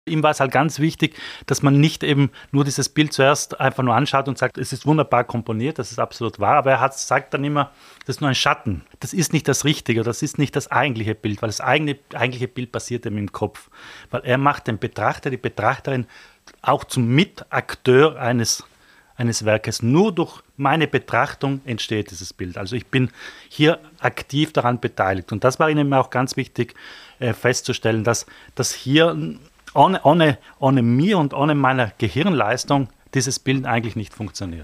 Ihm war es halt ganz wichtig, dass man nicht eben nur dieses Bild zuerst einfach nur anschaut und sagt, es ist wunderbar komponiert, das ist absolut wahr, aber sagt dann immer, das ist nur ein Schatten, das ist nicht das Richtige, das ist nicht das eigentliche Bild, weil das eigentliche Bild passiert eben im Kopf. Weil er macht den Betrachter, die Betrachterin auch zum Mitakteur eines Werkes. Nur durch meine Betrachtung entsteht dieses Bild. Also ich bin hier aktiv daran beteiligt. Und das war Ihnen auch ganz wichtig festzustellen, dass hier ohne mir und ohne meine Gehirnleistung dieses Bild eigentlich nicht funktioniert.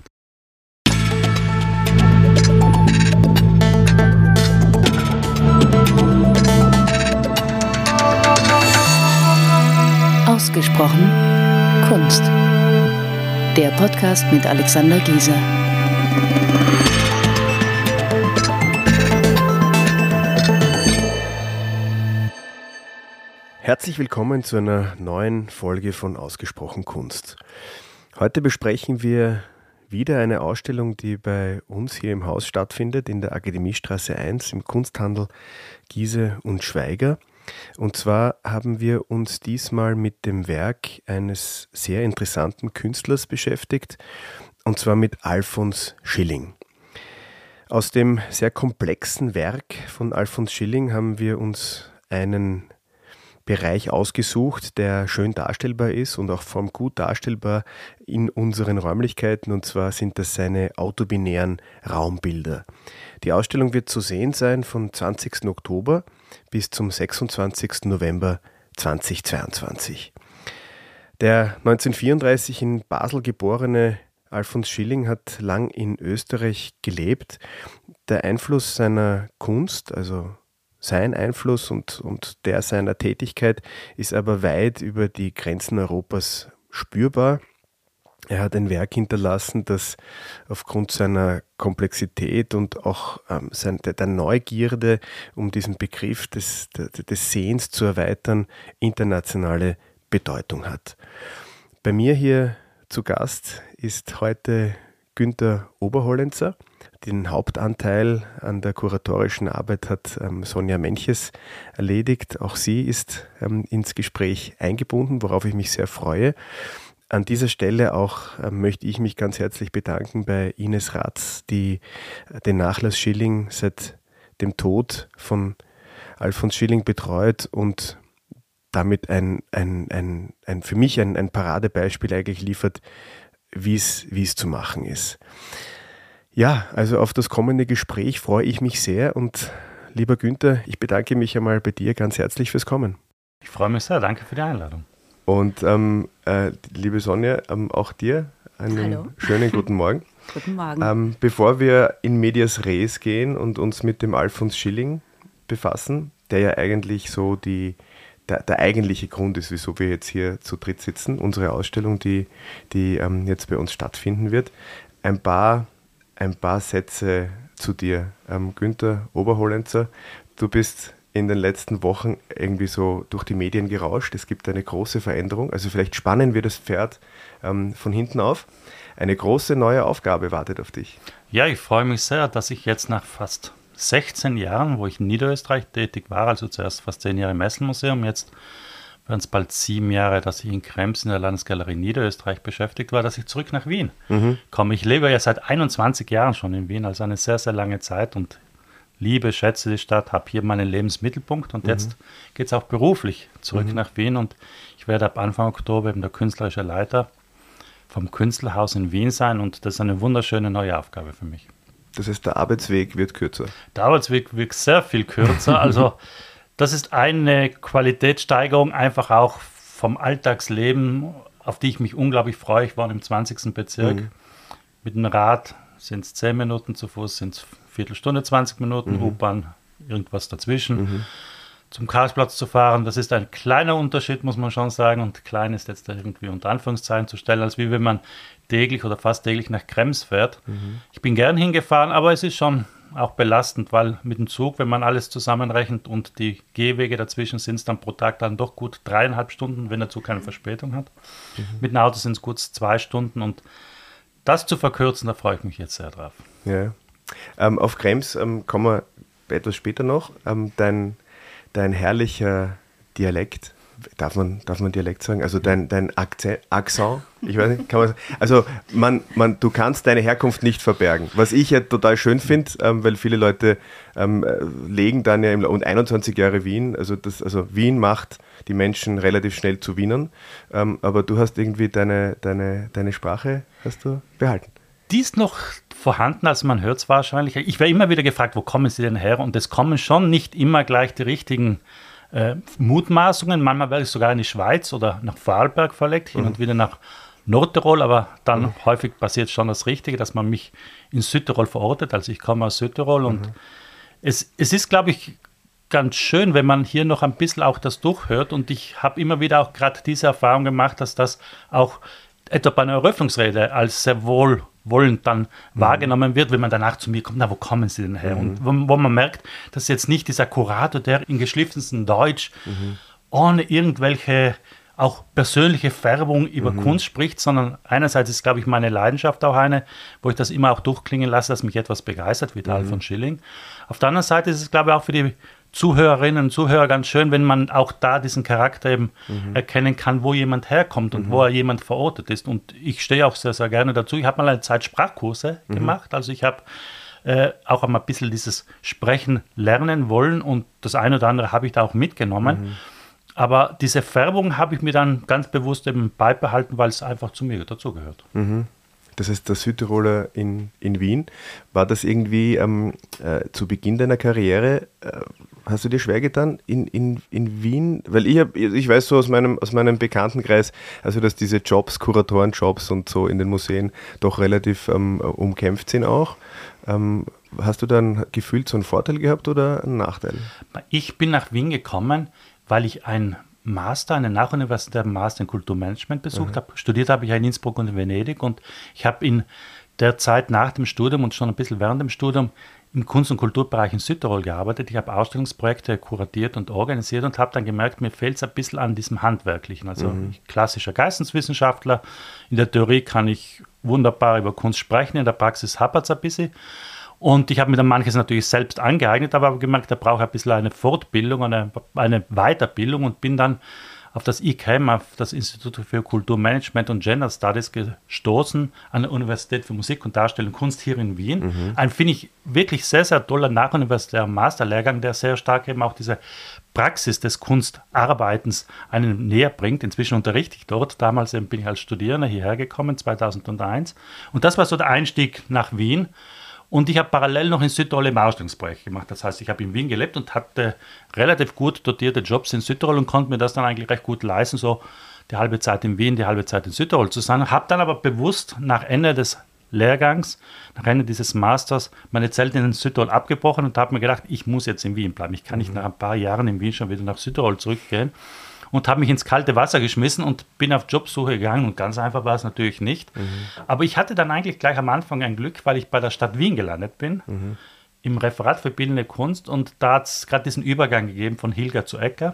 Ausgesprochen Kunst. Der Podcast mit Alexander Gieser. Herzlich willkommen zu einer neuen Folge von Ausgesprochen Kunst. Heute besprechen wir wieder eine Ausstellung, die bei uns hier im Haus stattfindet, in der Akademiestraße 1 im Kunsthandel Giese und Schweiger. Und zwar haben wir uns diesmal mit dem Werk eines sehr interessanten Künstlers beschäftigt, und zwar mit Alfons Schilling. Aus dem sehr komplexen Werk von Alfons Schilling haben wir uns einen Bereich ausgesucht, der schön darstellbar ist und auch vom gut darstellbar in unseren Räumlichkeiten, und zwar sind das seine autobinären Raumbilder. Die Ausstellung wird zu sehen sein von 20. Oktober bis zum 26. November 2022. Der 1934 in Basel geborene Alfons Schilling hat lang in Österreich gelebt. Der Einfluss seiner Kunst, also sein Einfluss und der seiner Tätigkeit ist aber weit über die Grenzen Europas spürbar. Er hat ein Werk hinterlassen, das aufgrund seiner Komplexität und auch der Neugierde, um diesen Begriff des Sehens zu erweitern, internationale Bedeutung hat. Bei mir hier zu Gast ist heute Günther Oberhollenzer. Den Hauptanteil an der kuratorischen Arbeit hat Sonja Menches erledigt. Auch sie ist ins Gespräch eingebunden, worauf ich mich sehr freue. An dieser Stelle auch möchte ich mich ganz herzlich bedanken bei Ines Ratz, die den Nachlass Schilling seit dem Tod von Alfons Schilling betreut und damit für mich ein Paradebeispiel eigentlich liefert, wie es zu machen ist. Ja, also auf das kommende Gespräch freue ich mich sehr, und lieber Günther, ich bedanke mich einmal bei dir ganz herzlich fürs Kommen. Ich freue mich sehr, danke für die Einladung. Und liebe Sonja, auch dir einen schönen guten Morgen. Guten Morgen. Bevor wir in medias res gehen und uns mit dem Alfons Schilling befassen, der ja eigentlich so der eigentliche Grund ist, wieso wir jetzt hier zu dritt sitzen, unsere Ausstellung, die jetzt bei uns stattfinden wird, ein paar Sätze zu dir. Günther Oberhollenzer, du bist in den letzten Wochen irgendwie so durch die Medien gerauscht. Es gibt eine große Veränderung. Also vielleicht spannen wir das Pferd von hinten auf. Eine große neue Aufgabe wartet auf dich. Ja, ich freue mich sehr, dass ich jetzt nach fast 16 Jahren, wo ich in Niederösterreich tätig war, also zuerst fast 10 Jahre im Messelmuseum, jetzt werden es bald 7 Jahre, dass ich in Krems in der Landesgalerie Niederösterreich beschäftigt war, dass ich zurück nach Wien komme. Ich lebe ja seit 21 Jahren schon in Wien, also eine sehr, sehr lange Zeit, und liebe, schätze die Stadt, habe hier meinen Lebensmittelpunkt, und jetzt geht es auch beruflich zurück nach Wien, und ich werde ab Anfang Oktober eben der künstlerische Leiter vom Künstlerhaus in Wien sein, und das ist eine wunderschöne neue Aufgabe für mich. Das heißt, der Arbeitsweg wird kürzer. Der Arbeitsweg wird sehr viel kürzer, also das ist eine Qualitätssteigerung einfach auch vom Alltagsleben, auf die ich mich unglaublich freue. Ich wohne im 20. Bezirk. Mit dem Rad sind es 10 Minuten, zu Fuß sind es Viertelstunde, 20 Minuten, U-Bahn, irgendwas dazwischen. Zum Karlsplatz zu fahren, das ist ein kleiner Unterschied, muss man schon sagen. Und klein ist jetzt da irgendwie unter Anführungszeichen zu stellen, als wie wenn man täglich oder fast täglich nach Krems fährt. Ich bin gern hingefahren, aber es ist schon auch belastend, weil mit dem Zug, wenn man alles zusammenrechnet und die Gehwege dazwischen, sind es dann pro Tag dann doch gut 3,5 Stunden, wenn der Zug keine Verspätung hat. Mit dem Auto sind es gut 2 Stunden, und das zu verkürzen, da freue ich mich jetzt sehr drauf. Ja. Auf Krems kommen wir etwas später noch. Dein herrlicher Dialekt, darf man Dialekt sagen? Also dein Akzent, ich weiß nicht, kann man, also du kannst deine Herkunft nicht verbergen. Was ich ja total schön finde, weil viele Leute legen dann ja und 21 Jahre Wien, also Wien macht die Menschen relativ schnell zu Wienern, aber du hast irgendwie deine Sprache hast du behalten. Die ist noch vorhanden, also man hört es wahrscheinlich. Ich werde immer wieder gefragt, wo kommen sie denn her? Und es kommen schon nicht immer gleich die richtigen Mutmaßungen. Manchmal werde ich sogar in die Schweiz oder nach Vorarlberg verlegt, hin und wieder nach Nordtirol, aber dann häufig passiert schon das Richtige, dass man mich in Südtirol verortet. Also ich komme aus Südtirol und es ist, glaube ich, ganz schön, wenn man hier noch ein bisschen auch das durchhört. Und ich habe immer wieder auch gerade diese Erfahrung gemacht, dass das auch etwa bei einer Eröffnungsrede als sehr wohlwollend dann wahrgenommen wird, wenn man danach zu mir kommt, na, wo kommen Sie denn her? Und wo man merkt, dass jetzt nicht dieser Kurator, der in geschliffenem Deutsch ohne irgendwelche auch persönliche Färbung über Kunst spricht, sondern einerseits ist, glaube ich, meine Leidenschaft auch eine, wo ich das immer auch durchklingen lasse, dass mich etwas begeistert, wie Tal von Schilling. Auf der anderen Seite ist es, glaube ich, auch für die Zuhörerinnen und Zuhörer ganz schön, wenn man auch da diesen Charakter eben erkennen kann, wo jemand herkommt und wo er jemand verortet ist. Und ich stehe auch sehr, sehr gerne dazu. Ich habe mal eine Zeit Sprachkurse gemacht, also ich habe auch einmal ein bisschen dieses Sprechen lernen wollen und das eine oder andere habe ich da auch mitgenommen. Aber diese Färbung habe ich mir dann ganz bewusst eben beibehalten, weil es einfach zu mir dazugehört. Das heißt, der Südtiroler in Wien, war das irgendwie zu Beginn deiner Karriere, hast du dir schwer getan in Wien? Weil ich weiß so aus meinem Bekanntenkreis, also dass diese Jobs, Kuratorenjobs und so in den Museen doch relativ umkämpft sind auch. Hast du dann gefühlt so einen Vorteil gehabt oder einen Nachteil? Ich bin nach Wien gekommen, weil ich einen nachuniversitären Master in Kulturmanagement besucht habe. Studiert habe ich ja in Innsbruck und in Venedig und ich habe in der Zeit nach dem Studium und schon ein bisschen während dem Studium im Kunst- und Kulturbereich in Südtirol gearbeitet. Ich habe Ausstellungsprojekte kuratiert und organisiert und habe dann gemerkt, mir fehlt es ein bisschen an diesem Handwerklichen. Also klassischer Geisteswissenschaftler. In der Theorie kann ich wunderbar über Kunst sprechen, in der Praxis hapert es ein bisschen. Und ich habe mir dann manches natürlich selbst angeeignet, aber habe gemerkt, da brauche ich ein bisschen eine Fortbildung, eine Weiterbildung und bin dann auf das ICAM, auf das Institut für Kulturmanagement und Gender Studies gestoßen an der Universität für Musik und Darstellung und Kunst hier in Wien. Ein, finde ich, wirklich sehr, sehr toller nachuniversitärer Masterlehrgang, der sehr stark eben auch diese Praxis des Kunstarbeitens einen näher bringt. Inzwischen unterrichte ich dort. Damals bin ich als Studierender hierher gekommen, 2001. Und das war so der Einstieg nach Wien. Und ich habe parallel noch in Südtirol im Ausstellungsprojekt gemacht. Das heißt, ich habe in Wien gelebt und hatte relativ gut dotierte Jobs in Südtirol und konnte mir das dann eigentlich recht gut leisten, so die halbe Zeit in Wien, die halbe Zeit in Südtirol zu sein. Habe dann aber bewusst nach Ende des Lehrgangs, nach Ende dieses Masters, meine Zelte in Südtirol abgebrochen und habe mir gedacht, ich muss jetzt in Wien bleiben. Ich kann nicht nach ein paar Jahren in Wien schon wieder nach Südtirol zurückgehen. Und habe mich ins kalte Wasser geschmissen und bin auf Jobsuche gegangen. Und ganz einfach war es natürlich nicht. Aber ich hatte dann eigentlich gleich am Anfang ein Glück, weil ich bei der Stadt Wien gelandet bin, im Referat für Bildende Kunst. Und da hat es gerade diesen Übergang gegeben von Hilger zu Ecker.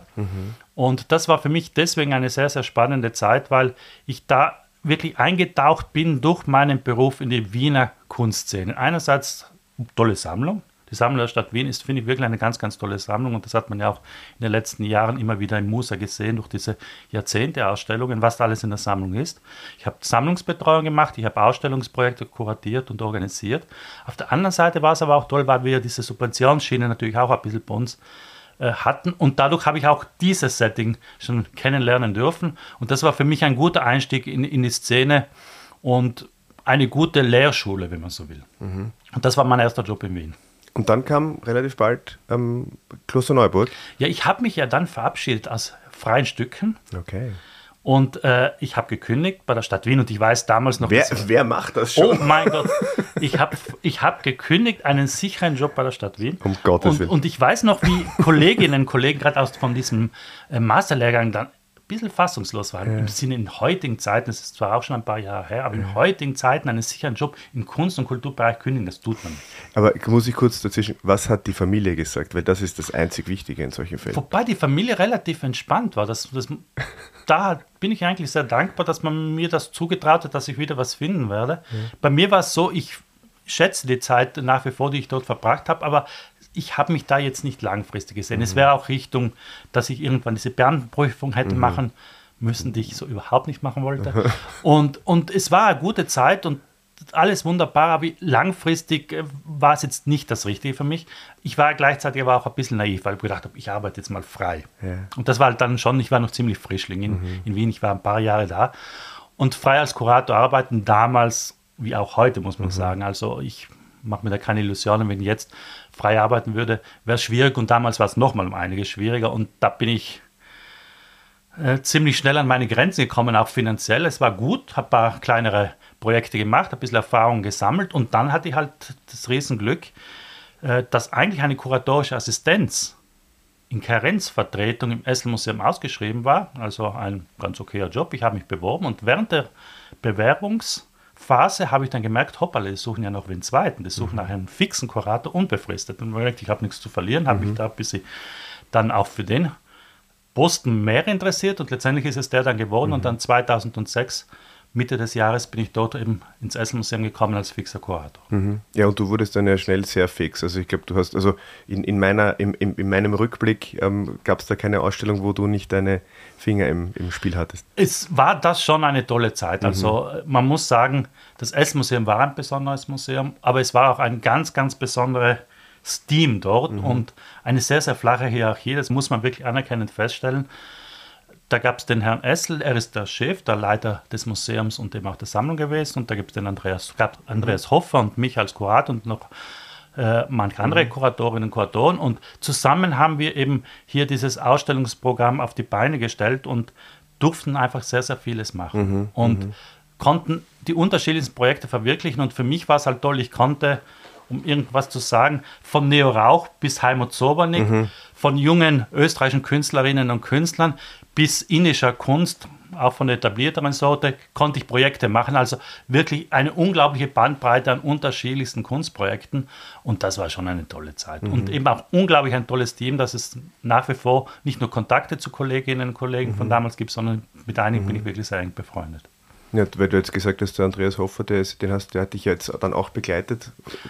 Und das war für mich deswegen eine sehr, sehr spannende Zeit, weil ich da wirklich eingetaucht bin durch meinen Beruf in die Wiener Kunstszene. Einerseits tolle Sammlung. Die Sammlung der Stadt Wien ist, finde ich, wirklich eine ganz, ganz tolle Sammlung und das hat man ja auch in den letzten Jahren immer wieder im Musa gesehen, durch diese Jahrzehnte-Ausstellungen, was da alles in der Sammlung ist. Ich habe Sammlungsbetreuung gemacht, ich habe Ausstellungsprojekte kuratiert und organisiert. Auf der anderen Seite war es aber auch toll, weil wir diese Subventionsschiene natürlich auch ein bisschen bei uns hatten und dadurch habe ich auch dieses Setting schon kennenlernen dürfen und das war für mich ein guter Einstieg in die Szene und eine gute Lehrschule, wenn man so will. Und das war mein erster Job in Wien. Und dann kam relativ bald Klosterneuburg. Ja, ich habe mich ja dann verabschiedet aus freien Stücken. Okay. Und ich habe gekündigt bei der Stadt Wien und ich weiß damals noch... Wer macht das schon? Oh mein Gott, ich hab gekündigt, einen sicheren Job bei der Stadt Wien. Um Gottes Willen. Und ich weiß noch, wie Kolleginnen und Kollegen gerade von diesem Masterlehrgang dann ein bisschen fassungslos waren. Im Sinne in heutigen Zeiten, das ist zwar auch schon ein paar Jahre her, aber in heutigen Zeiten einen sicheren Job im Kunst- und Kulturbereich kündigen, das tut man nicht. Aber muss ich kurz dazwischen, was hat die Familie gesagt? Weil das ist das einzig Wichtige in solchen Fällen. Wobei die Familie relativ entspannt war. Da bin ich eigentlich sehr dankbar, dass man mir das zugetraut hat, dass ich wieder was finden werde. Bei mir war es so, ich schätze die Zeit nach wie vor, die ich dort verbracht habe, aber ich habe mich da jetzt nicht langfristig gesehen. Es wäre auch Richtung, dass ich irgendwann diese Beamtenprüfung hätte machen müssen, die ich so überhaupt nicht machen wollte. Und es war eine gute Zeit und alles wunderbar, aber langfristig war es jetzt nicht das Richtige für mich. Ich war gleichzeitig aber auch ein bisschen naiv, weil ich gedacht habe, ich arbeite jetzt mal frei. Ja. Und das war halt dann schon, ich war noch ziemlich Frischling in Wien, ich war ein paar Jahre da. Und frei als Kurator arbeiten damals, wie auch heute, muss man sagen. Also ich mache mir da keine Illusionen, wenn ich jetzt frei arbeiten würde, wäre es schwierig. Und damals war es nochmal um einiges schwieriger. Und da bin ich ziemlich schnell an meine Grenzen gekommen, auch finanziell. Es war gut, habe ein paar kleinere Projekte gemacht, ein bisschen Erfahrung gesammelt. Und dann hatte ich halt das Riesenglück, dass eigentlich eine kuratorische Assistenz in Karenzvertretung im Essl-Museum ausgeschrieben war. Also ein ganz okayer Job. Ich habe mich beworben und während der Bewerbungsphase habe ich dann gemerkt, hoppala, die suchen ja noch den zweiten. Die suchen nach einem fixen Kurator, unbefristet. Und ich habe nichts zu verlieren, habe mich da ein bisschen dann auch für den Posten mehr interessiert und letztendlich ist es der dann geworden und dann 2006, Mitte des Jahres, bin ich dort eben ins Essl-Museum gekommen als fixer Kurator. Ja, und du wurdest dann ja schnell sehr fix. Also ich glaube, du hast, also in meinem Rückblick gab es da keine Ausstellung, wo du nicht deine Finger im Spiel hattest. Es war das schon eine tolle Zeit. Also man muss sagen, das Essl-Museum war ein besonderes Museum, aber es war auch ein ganz, ganz besonderes Team dort und eine sehr, sehr flache Hierarchie, das muss man wirklich anerkennend feststellen. Da gab es den Herrn Essl, er ist der Chef, der Leiter des Museums und eben auch der Sammlung gewesen und da gibt es den Andreas Hoffer und mich als Kurator und noch manche andere Kuratorinnen und Kuratoren und zusammen haben wir eben hier dieses Ausstellungsprogramm auf die Beine gestellt und durften einfach sehr, sehr vieles machen und konnten die unterschiedlichsten Projekte verwirklichen und für mich war es halt toll, ich konnte, um irgendwas zu sagen, von Neo Rauch bis Heimut Zobernik, von jungen österreichischen Künstlerinnen und Künstlern bis indischer Kunst, auch von der etablierteren Sorte, konnte ich Projekte machen. Also wirklich eine unglaubliche Bandbreite an unterschiedlichsten Kunstprojekten und das war schon eine tolle Zeit. Und eben auch unglaublich ein tolles Team, dass es nach wie vor nicht nur Kontakte zu Kolleginnen und Kollegen von damals gibt, sondern mit einigen bin ich wirklich sehr eng befreundet. Ja, weil du jetzt gesagt hast, der Andreas Hoffer, der hat dich jetzt dann auch begleitet,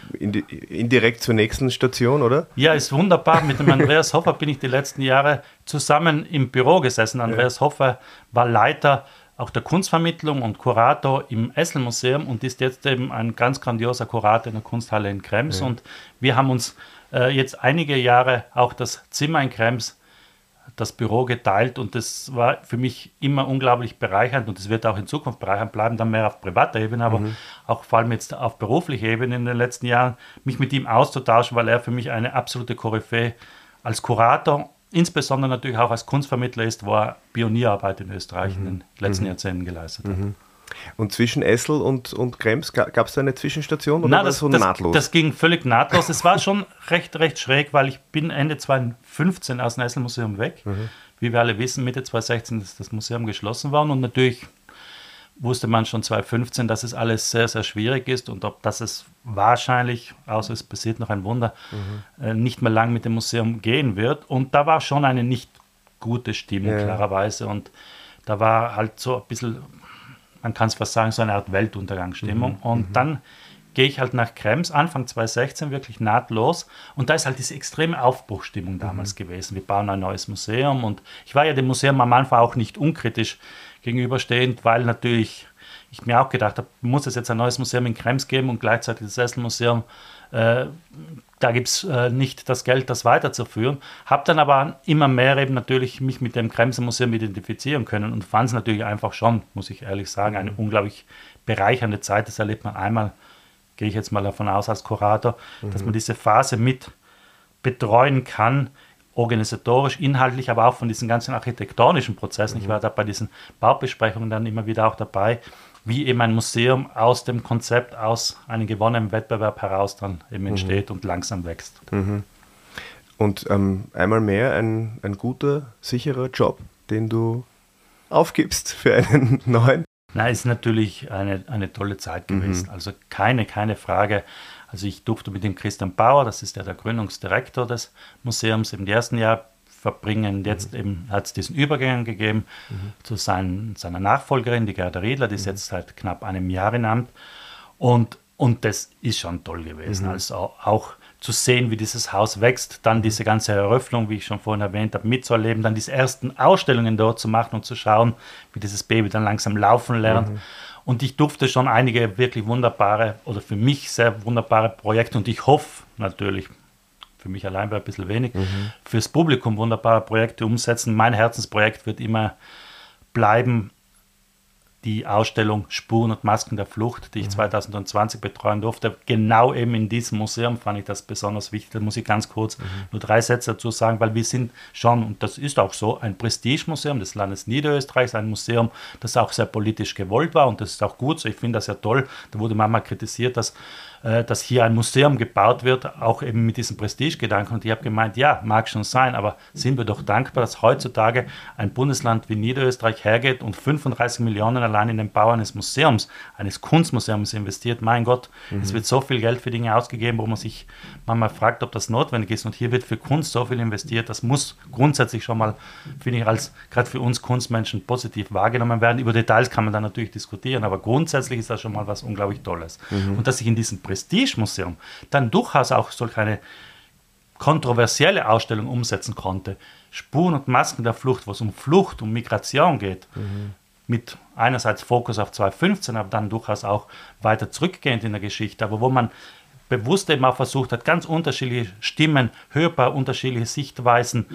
indirekt zur nächsten Station, oder? Ja, ist wunderbar. Mit dem Andreas Hoffer bin ich die letzten Jahre zusammen im Büro gesessen. Andreas Hoffer war Leiter auch der Kunstvermittlung und Kurator im Essl-Museum und ist jetzt eben ein ganz grandioser Kurator in der Kunsthalle in Krems. Und wir haben uns jetzt einige Jahre auch das Zimmer in Krems, das Büro geteilt und das war für mich immer unglaublich bereichernd und es wird auch in Zukunft bereichernd bleiben, dann mehr auf privater Ebene, aber auch vor allem jetzt auf beruflicher Ebene in den letzten Jahren, mich mit ihm auszutauschen, weil er für mich eine absolute Koryphäe als Kurator, insbesondere natürlich auch als Kunstvermittler ist, wo er Pionierarbeit in Österreich in den letzten Jahrzehnten geleistet hat. Und zwischen Essl und Krems, gab es da eine Zwischenstation oder Nein, war das so nahtlos? Das ging völlig nahtlos. Es war schon recht schräg, weil ich bin Ende 2015 aus dem Essl-Museum weg. Wie wir alle wissen, Mitte 2016 ist das Museum geschlossen worden und natürlich wusste man schon 2015, dass es alles sehr, sehr schwierig ist und dass es wahrscheinlich, außer es passiert noch ein Wunder, nicht mehr lang mit dem Museum gehen wird. Und da war schon eine nicht gute Stimmung, klarerweise. Und da war halt so ein bisschen, man kann es fast sagen, so eine Art Weltuntergangsstimmung. Und dann gehe ich halt nach Krems, Anfang 2016, wirklich nahtlos. Und da ist halt diese extreme Aufbruchstimmung damals gewesen. Wir bauen ein neues Museum. Und ich war ja dem Museum am Anfang auch nicht unkritisch gegenüberstehend, weil natürlich ich mir auch gedacht habe, muss es jetzt ein neues Museum in Krems geben und gleichzeitig das Essl-Museum, da gibt es nicht das Geld, das weiterzuführen. Habe dann aber immer mehr eben natürlich mich mit dem Kremser Museum identifizieren können und fand es natürlich einfach schon, muss ich ehrlich sagen, eine unglaublich bereichernde Zeit. Das erlebt man einmal, gehe ich jetzt mal davon aus als Kurator, dass man diese Phase mit betreuen kann, organisatorisch, inhaltlich, aber auch von diesen ganzen architektonischen Prozessen. Ich war da bei diesen Baubesprechungen dann immer wieder auch dabei, wie eben ein Museum aus dem Konzept, aus einem gewonnenen Wettbewerb heraus dann eben entsteht und langsam wächst. Und einmal mehr ein guter, sicherer Job, den du aufgibst für einen neuen? Na, ist natürlich eine tolle Zeit gewesen. Also keine Frage. Also ich durfte mit dem Christian Bauer, das ist ja der Gründungsdirektor des Museums, im ersten Jahr verbringen. Jetzt eben hat es diesen Übergang gegeben zu seiner Nachfolgerin, die Gerda Riedler, die ist jetzt seit knapp einem Jahr in Amt. Und das ist schon toll gewesen. Also auch zu sehen, wie dieses Haus wächst, dann diese ganze Eröffnung, wie ich schon vorhin erwähnt habe, mitzuerleben, dann diese ersten Ausstellungen dort zu machen und zu schauen, wie dieses Baby dann langsam laufen lernt. Und ich durfte schon einige wirklich wunderbare oder für mich sehr wunderbare Projekte, und ich hoffe natürlich, für mich allein wäre ein bisschen wenig, fürs Publikum wunderbare Projekte umsetzen. Mein Herzensprojekt wird immer bleiben, die Ausstellung Spuren und Masken der Flucht, die ich 2020 betreuen durfte. Genau eben in diesem Museum fand ich das besonders wichtig. Da muss ich ganz kurz nur 3 Sätze dazu sagen, weil wir sind schon, und das ist auch so, ein Prestigemuseum des Landes Niederösterreichs, ein Museum, das auch sehr politisch gewollt war, und das ist auch gut so. Ich finde das ja toll. Da wurde manchmal kritisiert, dass hier ein Museum gebaut wird, auch eben mit diesem Prestigegedanken. Und ich habe gemeint, ja, mag schon sein, aber sind wir doch dankbar, dass heutzutage ein Bundesland wie Niederösterreich hergeht und 35 Millionen allein in den Bau eines Museums, eines Kunstmuseums investiert. Mein Gott, es wird so viel Geld für Dinge ausgegeben, wo man sich manchmal fragt, ob das notwendig ist. Und hier wird für Kunst so viel investiert. Das muss grundsätzlich schon mal, finde ich, als gerade für uns Kunstmenschen positiv wahrgenommen werden. Über Details kann man dann natürlich diskutieren, aber grundsätzlich ist das schon mal was unglaublich Tolles. Und dass ich in diesem Prestigemuseum dann durchaus auch solch eine kontroversielle Ausstellung umsetzen konnte. Spuren und Masken der Flucht, wo es um Flucht, um Migration geht, mit einerseits Fokus auf 2015, aber dann durchaus auch weiter zurückgehend in der Geschichte, aber wo man bewusst eben auch versucht hat, ganz unterschiedliche Stimmen, hörbar unterschiedliche Sichtweisen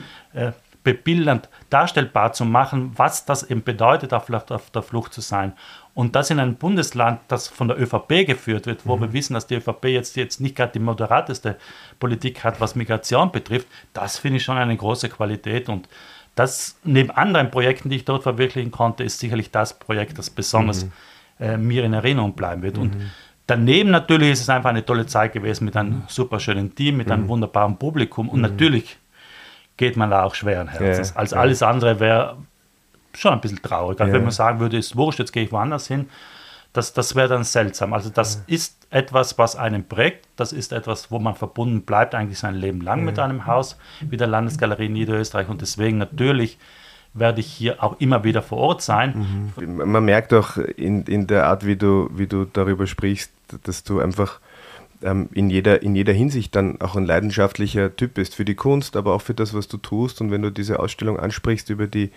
bebildend darstellbar zu machen, was das eben bedeutet, auf der Flucht zu sein. Und das in einem Bundesland, das von der ÖVP geführt wird, wo wir wissen, dass die ÖVP jetzt nicht gerade die moderateste Politik hat, was Migration betrifft, das finde ich schon eine große Qualität. Und das neben anderen Projekten, die ich dort verwirklichen konnte, ist sicherlich das Projekt, das besonders mir in Erinnerung bleiben wird. Und daneben natürlich ist es einfach eine tolle Zeit gewesen mit einem super schönen Team, mit einem wunderbaren Publikum, und natürlich geht man da auch schweren Herzens. Also alles andere wäre schon ein bisschen traurig. Also wenn man sagen würde, ist wurscht, jetzt gehe ich woanders hin, das wäre dann seltsam. Also das ist etwas, was einen prägt, das ist etwas, wo man verbunden bleibt, eigentlich sein Leben lang mit einem Haus wie der Landesgalerie Niederösterreich, und deswegen natürlich werde ich hier auch immer wieder vor Ort sein. Man merkt auch in der Art, wie du darüber sprichst, dass du einfach in jeder Hinsicht dann auch ein leidenschaftlicher Typ bist für die Kunst, aber auch für das, was du tust. Und wenn du diese Ausstellung ansprichst über die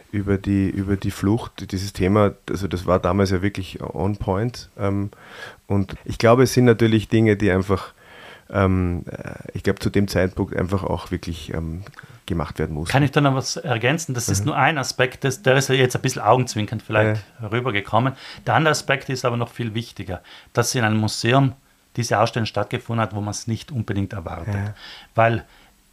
Flucht, dieses Thema, also das war damals ja wirklich on point. Und ich glaube, es sind natürlich Dinge, die einfach, ich glaube, zu dem Zeitpunkt einfach auch wirklich gemacht werden mussten. Kann ich da noch was ergänzen? Das ist nur ein Aspekt, der ist ja jetzt ein bisschen augenzwinkern vielleicht rübergekommen. Der andere Aspekt ist aber noch viel wichtiger, dass in einem Museum diese Ausstellung stattgefunden hat, wo man es nicht unbedingt erwartet. Weil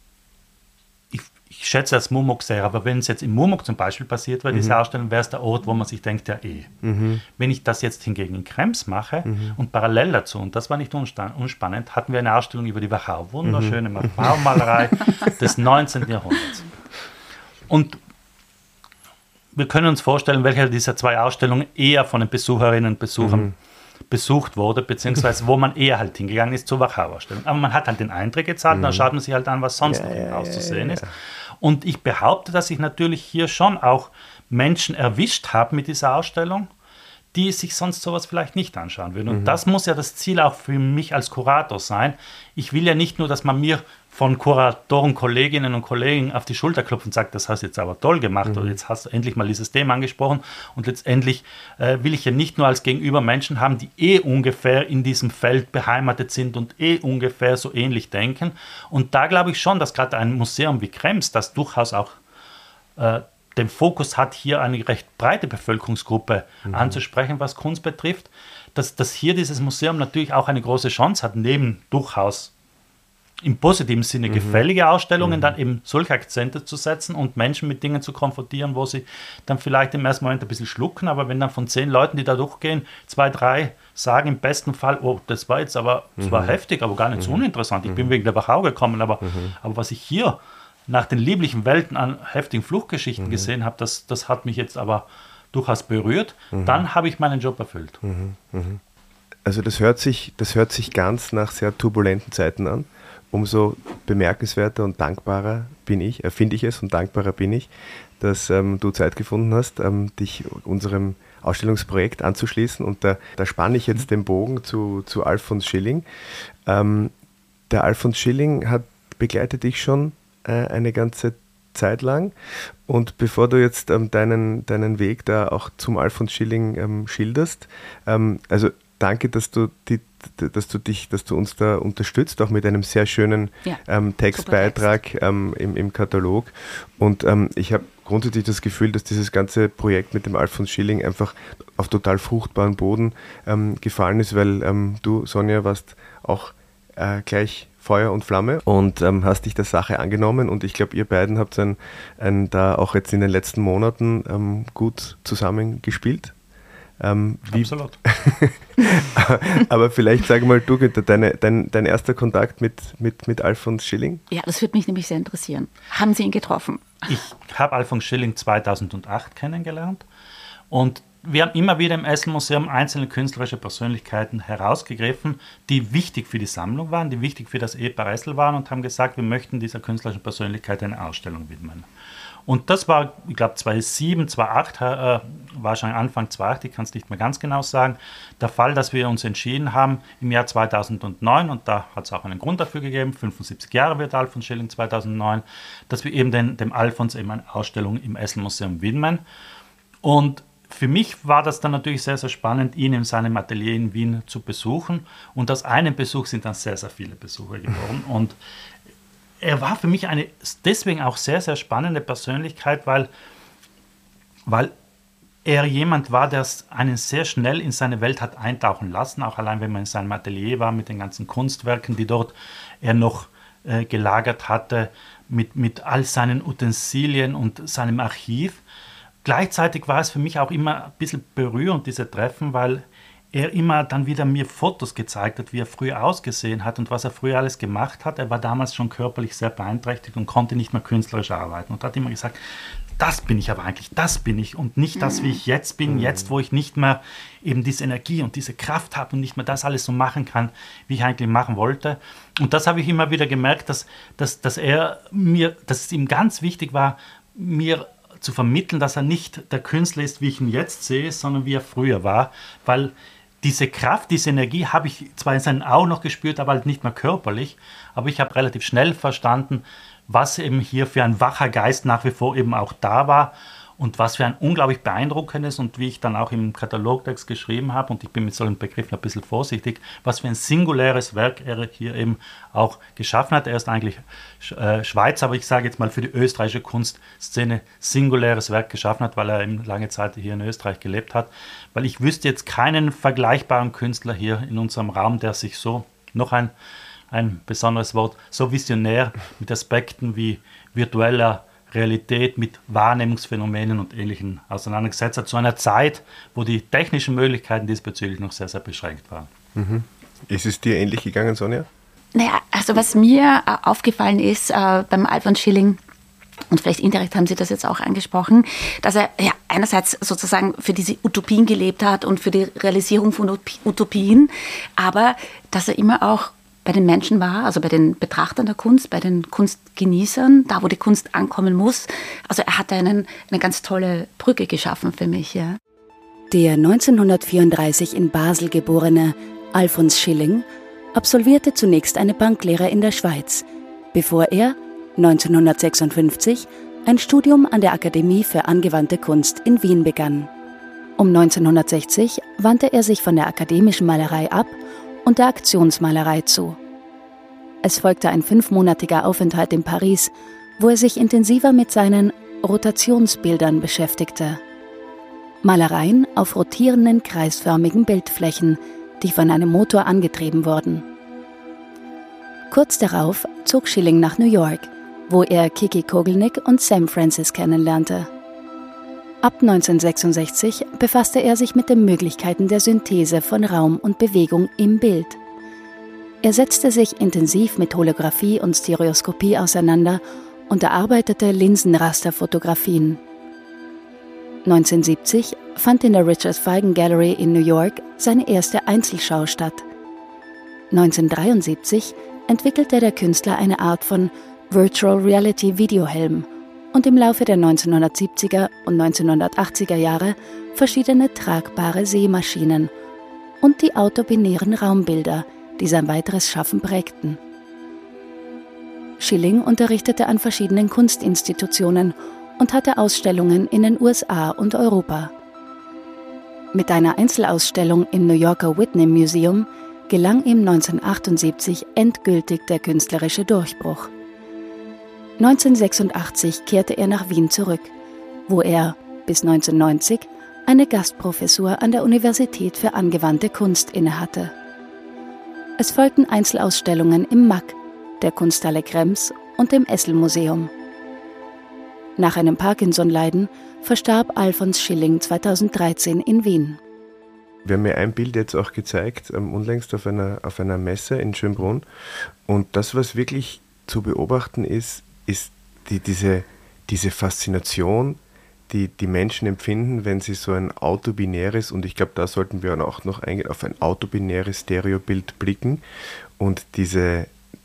ich schätze das Murmuk sehr, aber wenn es jetzt im Murmuk zum Beispiel passiert wäre, diese Ausstellung, wäre es der Ort, wo man sich denkt, ja Wenn ich das jetzt hingegen in Krems mache und parallel dazu, und das war nicht unspannend, hatten wir eine Ausstellung über die Wachau, wunderschöne Wachau-Malerei des 19. Jahrhunderts. Und wir können uns vorstellen, welche dieser 2 Ausstellungen eher von den Besucherinnen und Besuchern besucht wurde, beziehungsweise wo man eher halt hingegangen ist zur Wachau-Ausstellung. Aber man hat halt den Eintritt gezahlt, dann schaut man sich halt an, was sonst noch im Haus zu sehen ist. Und ich behaupte, dass ich natürlich hier schon auch Menschen erwischt habe mit dieser Ausstellung, die sich sonst sowas vielleicht nicht anschauen würden. Und das muss ja das Ziel auch für mich als Kurator sein. Ich will ja nicht nur, dass man mir von Kuratoren, Kolleginnen und Kollegen auf die Schulter klopft und sagt, das hast du jetzt aber toll gemacht oder jetzt hast du endlich mal dieses Thema angesprochen, und letztendlich will ich ja nicht nur als Gegenüber Menschen haben, die ungefähr in diesem Feld beheimatet sind und ungefähr so ähnlich denken. Und da glaube ich schon, dass gerade ein Museum wie Krems, das durchaus auch den Fokus hat, hier eine recht breite Bevölkerungsgruppe anzusprechen, was Kunst betrifft, dass hier dieses Museum natürlich auch eine große Chance hat, neben durchaus im positiven Sinne gefällige Ausstellungen dann eben solche Akzente zu setzen und Menschen mit Dingen zu konfrontieren, wo sie dann vielleicht im ersten Moment ein bisschen schlucken, aber wenn dann von 10 Leuten, die da durchgehen, 2, 3 sagen im besten Fall, oh, das war jetzt aber, das war heftig, aber gar nicht so uninteressant, ich bin wegen der Wachau gekommen, aber was ich hier nach den lieblichen Welten an heftigen Fluchtgeschichten gesehen habe, das hat mich jetzt aber durchaus berührt, dann habe ich meinen Job erfüllt. Also das hört sich ganz nach sehr turbulenten Zeiten an. Umso bemerkenswerter und dankbarer bin ich, finde ich es, und dankbarer bin ich, dass du Zeit gefunden hast, dich unserem Ausstellungsprojekt anzuschließen. Und da spanne ich jetzt den Bogen zu Alfons Schilling. der Alfons Schilling begleitet dich schon eine ganze Zeit lang. Und bevor du jetzt deinen Weg da auch zum Alfons Schilling schilderst, also danke, dass du uns da unterstützt, auch mit einem sehr schönen Textbeitrag im Katalog. Und ich habe grundsätzlich das Gefühl, dass dieses ganze Projekt mit dem Alfons Schilling einfach auf total fruchtbaren Boden gefallen ist, weil du, Sonja, warst auch gleich Feuer und Flamme und hast dich der Sache angenommen. Und ich glaube, ihr beiden habt da auch jetzt in den letzten Monaten gut zusammengespielt. Absolut. Aber vielleicht sag mal du, Günther, dein erster Kontakt mit Alfons Schilling? Ja, das würde mich nämlich sehr interessieren. Haben Sie ihn getroffen? Ich habe Alfons Schilling 2008 kennengelernt und wir haben immer wieder im Esselmuseum einzelne künstlerische Persönlichkeiten herausgegriffen, die wichtig für die Sammlung waren, die wichtig für das Ehepaar Essel waren und haben gesagt, wir möchten dieser künstlerischen Persönlichkeit eine Ausstellung widmen. Und das war, ich glaube, 2007, 2008, wahrscheinlich Anfang 2008, ich kann es nicht mehr ganz genau sagen, der Fall, dass wir uns entschieden haben im Jahr 2009, und da hat es auch einen Grund dafür gegeben, 75 Jahre wird Alfons Schilling 2009, dass wir eben dem Alfons eben eine Ausstellung im Esselmuseum widmen. Und für mich war das dann natürlich sehr, sehr spannend, ihn in seinem Atelier in Wien zu besuchen. Und aus einem Besuch sind dann sehr, sehr viele Besucher geworden. Und er war für mich eine deswegen auch sehr, sehr spannende Persönlichkeit, weil er jemand war, der einen sehr schnell in seine Welt hat eintauchen lassen, auch allein wenn man in seinem Atelier war mit den ganzen Kunstwerken, die dort er noch gelagert hatte, mit all seinen Utensilien und seinem Archiv. Gleichzeitig war es für mich auch immer ein bisschen berührend, diese Treffen, weil er immer dann wieder mir Fotos gezeigt hat, wie er früher ausgesehen hat und was er früher alles gemacht hat. Er war damals schon körperlich sehr beeinträchtigt und konnte nicht mehr künstlerisch arbeiten und hat immer gesagt, das bin ich aber eigentlich, das bin ich und nicht das, wie ich jetzt bin, jetzt, wo ich nicht mehr eben diese Energie und diese Kraft habe und nicht mehr das alles so machen kann, wie ich eigentlich machen wollte. Und das habe ich immer wieder gemerkt, dass es ihm ganz wichtig war, mir zu vermitteln, dass er nicht der Künstler ist, wie ich ihn jetzt sehe, sondern wie er früher war, weil diese Kraft, diese Energie habe ich zwar in seinen Augen noch gespürt, aber halt nicht mehr körperlich, aber ich habe relativ schnell verstanden, was eben hier für ein wacher Geist nach wie vor eben auch da war und was für ein unglaublich beeindruckendes und wie ich dann auch im Katalogtext geschrieben habe, und ich bin mit solchen Begriffen ein bisschen vorsichtig, was für ein singuläres Werk er hier eben auch geschaffen hat. Er ist eigentlich Schweizer, aber ich sage jetzt mal für die österreichische Kunstszene singuläres Werk geschaffen hat, weil er eben lange Zeit hier in Österreich gelebt hat. Weil ich wüsste jetzt keinen vergleichbaren Künstler hier in unserem Raum, der sich so, noch ein besonderes Wort, so visionär mit Aspekten wie virtueller Realität, mit Wahrnehmungsphänomenen und Ähnlichem auseinandergesetzt hat, zu einer Zeit, wo die technischen Möglichkeiten diesbezüglich noch sehr, sehr beschränkt waren. Mhm. Ist es dir ähnlich gegangen, Sonja? Naja, also was mir aufgefallen ist beim Alfons Schilling, und vielleicht indirekt haben Sie das jetzt auch angesprochen, dass er ja einerseits sozusagen für diese Utopien gelebt hat und für die Realisierung von Utopien, aber dass er immer auch bei den Menschen war, also bei den Betrachtern der Kunst, bei den Kunstgenießern, da wo die Kunst ankommen muss. Also er hatte eine ganz tolle Brücke geschaffen für mich. Ja. Der 1934 in Basel geborene Alfons Schilling absolvierte zunächst eine Banklehre in der Schweiz, bevor er 1956 ein Studium an der Akademie für angewandte Kunst in Wien begann. Um 1960 wandte er sich von der akademischen Malerei ab und der Aktionsmalerei zu. Es folgte ein 5-monatiger Aufenthalt in Paris, wo er sich intensiver mit seinen Rotationsbildern beschäftigte. Malereien auf rotierenden kreisförmigen Bildflächen, die von einem Motor angetrieben wurden. Kurz darauf zog Schilling nach New York, wo er Kiki Kogelnik und Sam Francis kennenlernte. Ab 1966 befasste er sich mit den Möglichkeiten der Synthese von Raum und Bewegung im Bild. Er setzte sich intensiv mit Holographie und Stereoskopie auseinander und erarbeitete Linsenrasterfotografien. 1970 fand in der Richard Feigen Gallery in New York seine erste Einzelschau statt. 1973 entwickelte der Künstler eine Art von Virtual Reality Videohelm und im Laufe der 1970er und 1980er Jahre verschiedene tragbare Sehmaschinen und die autobinären Raumbilder, die sein weiteres Schaffen prägten. Schilling unterrichtete an verschiedenen Kunstinstitutionen und hatte Ausstellungen in den USA und Europa. Mit einer Einzelausstellung im New Yorker Whitney Museum gelang ihm 1978 endgültig der künstlerische Durchbruch. 1986 kehrte er nach Wien zurück, wo er bis 1990 eine Gastprofessur an der Universität für angewandte Kunst innehatte. Es folgten Einzelausstellungen im MAK, der Kunsthalle Krems und dem Essel-Museum. Nach einem Parkinson-Leiden verstarb Alfons Schilling 2013 in Wien. Wir haben mir ein Bild jetzt auch gezeigt, unlängst auf einer Messe in Schönbrunn. Und das, was wirklich zu beobachten ist diese Faszination, die Menschen empfinden, wenn sie so ein autobinäres, und ich glaube, da sollten wir auch noch eingehen, auf ein autobinäres Stereobild blicken und diese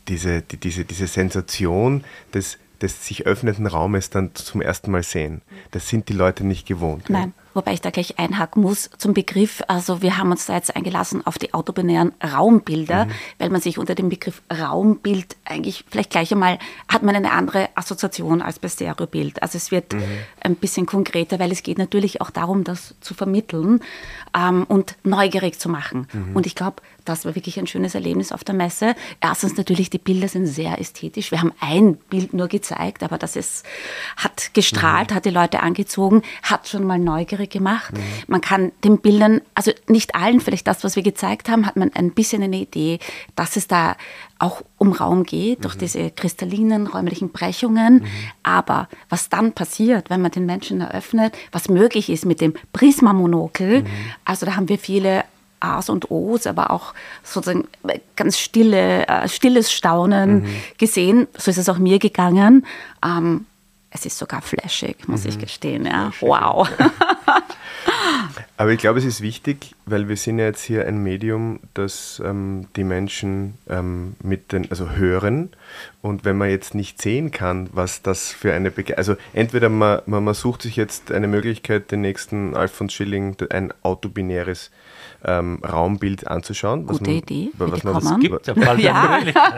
Sensation des sich öffnenden Raumes dann zum ersten Mal sehen. Das sind die Leute nicht gewohnt. Nein. Ja. Wobei ich da gleich einhaken muss zum Begriff, also wir haben uns da jetzt eingelassen auf die autobinären Raumbilder, weil man sich unter dem Begriff Raumbild eigentlich vielleicht gleich einmal, hat man eine andere Assoziation als bei Stereobild. Also es wird ein bisschen konkreter, weil es geht natürlich auch darum, das zu vermitteln und neugierig zu machen. Und ich glaube, das war wirklich ein schönes Erlebnis auf der Messe. Erstens natürlich, die Bilder sind sehr ästhetisch. Wir haben ein Bild nur gezeigt, aber hat gestrahlt, hat die Leute angezogen, hat schon mal neugierig gemacht. Man kann den Bildern, also nicht allen, vielleicht das, was wir gezeigt haben, hat man ein bisschen eine Idee, dass es da auch um Raum geht, durch diese kristallinen räumlichen Brechungen. Aber was dann passiert, wenn man den Menschen eröffnet, was möglich ist mit dem Prismamonokel, also da haben wir viele A's und O's, aber auch sozusagen ganz stilles Staunen gesehen. So ist es auch mir gegangen. Es ist sogar flashig, muss ich gestehen. Ja. Wow. Aber ich glaube, es ist wichtig, weil wir sind ja jetzt hier ein Medium, das die Menschen also hören. Und wenn man jetzt nicht sehen kann, was das für eine also entweder man sucht sich jetzt eine Möglichkeit, den nächsten Alfons Schilling ein autobinäres Raumbild anzuschauen. Gute Idee. Es gibt ja.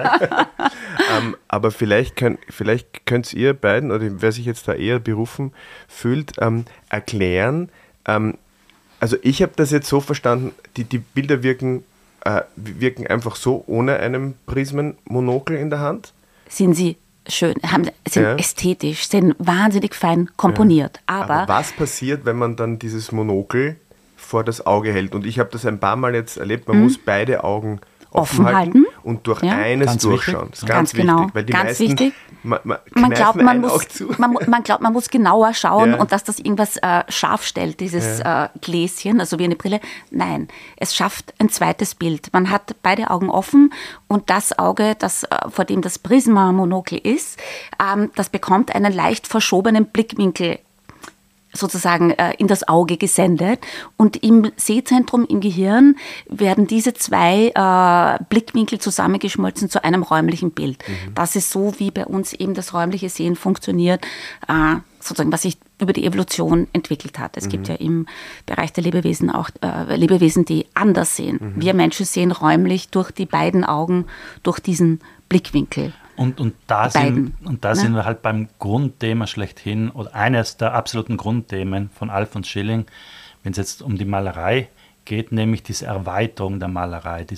Aber vielleicht könnt ihr beiden, oder wer sich jetzt da eher berufen fühlt, erklären. Also ich habe das jetzt so verstanden, die Bilder wirken einfach so ohne einen Prismenmonokel in der Hand. Sind sie schön, sind ästhetisch, sind wahnsinnig fein komponiert. Aber was passiert, wenn man dann dieses Monokel vor das Auge hält? Und ich habe das ein paar Mal jetzt erlebt, man muss beide Augen offen halten und durch eines ganz durchschauen. Wichtig. Das ist ganz wichtig. Weil die ganz meisten, wichtig. Man glaubt, man muss genauer schauen und dass das irgendwas scharf stellt, dieses Gläschen, also wie eine Brille. Nein, es schafft ein zweites Bild. Man hat beide Augen offen und das Auge, vor dem das Prisma-Monokel ist, das bekommt einen leicht verschobenen Blickwinkel sozusagen in das Auge gesendet. Und im Sehzentrum im Gehirn werden diese zwei Blickwinkel zusammengeschmolzen zu einem räumlichen Bild. Das ist so, wie bei uns eben das räumliche Sehen funktioniert, sozusagen, was sich über die Evolution entwickelt hat. Es gibt ja im Bereich der Lebewesen auch Lebewesen, die anders sehen. Wir Menschen sehen räumlich durch die beiden Augen, durch diesen Blickwinkel. Und da sind wir halt beim Grundthema schlechthin, oder eines der absoluten Grundthemen von Alfons Schilling, wenn es jetzt um die Malerei geht, nämlich diese Erweiterung der Malerei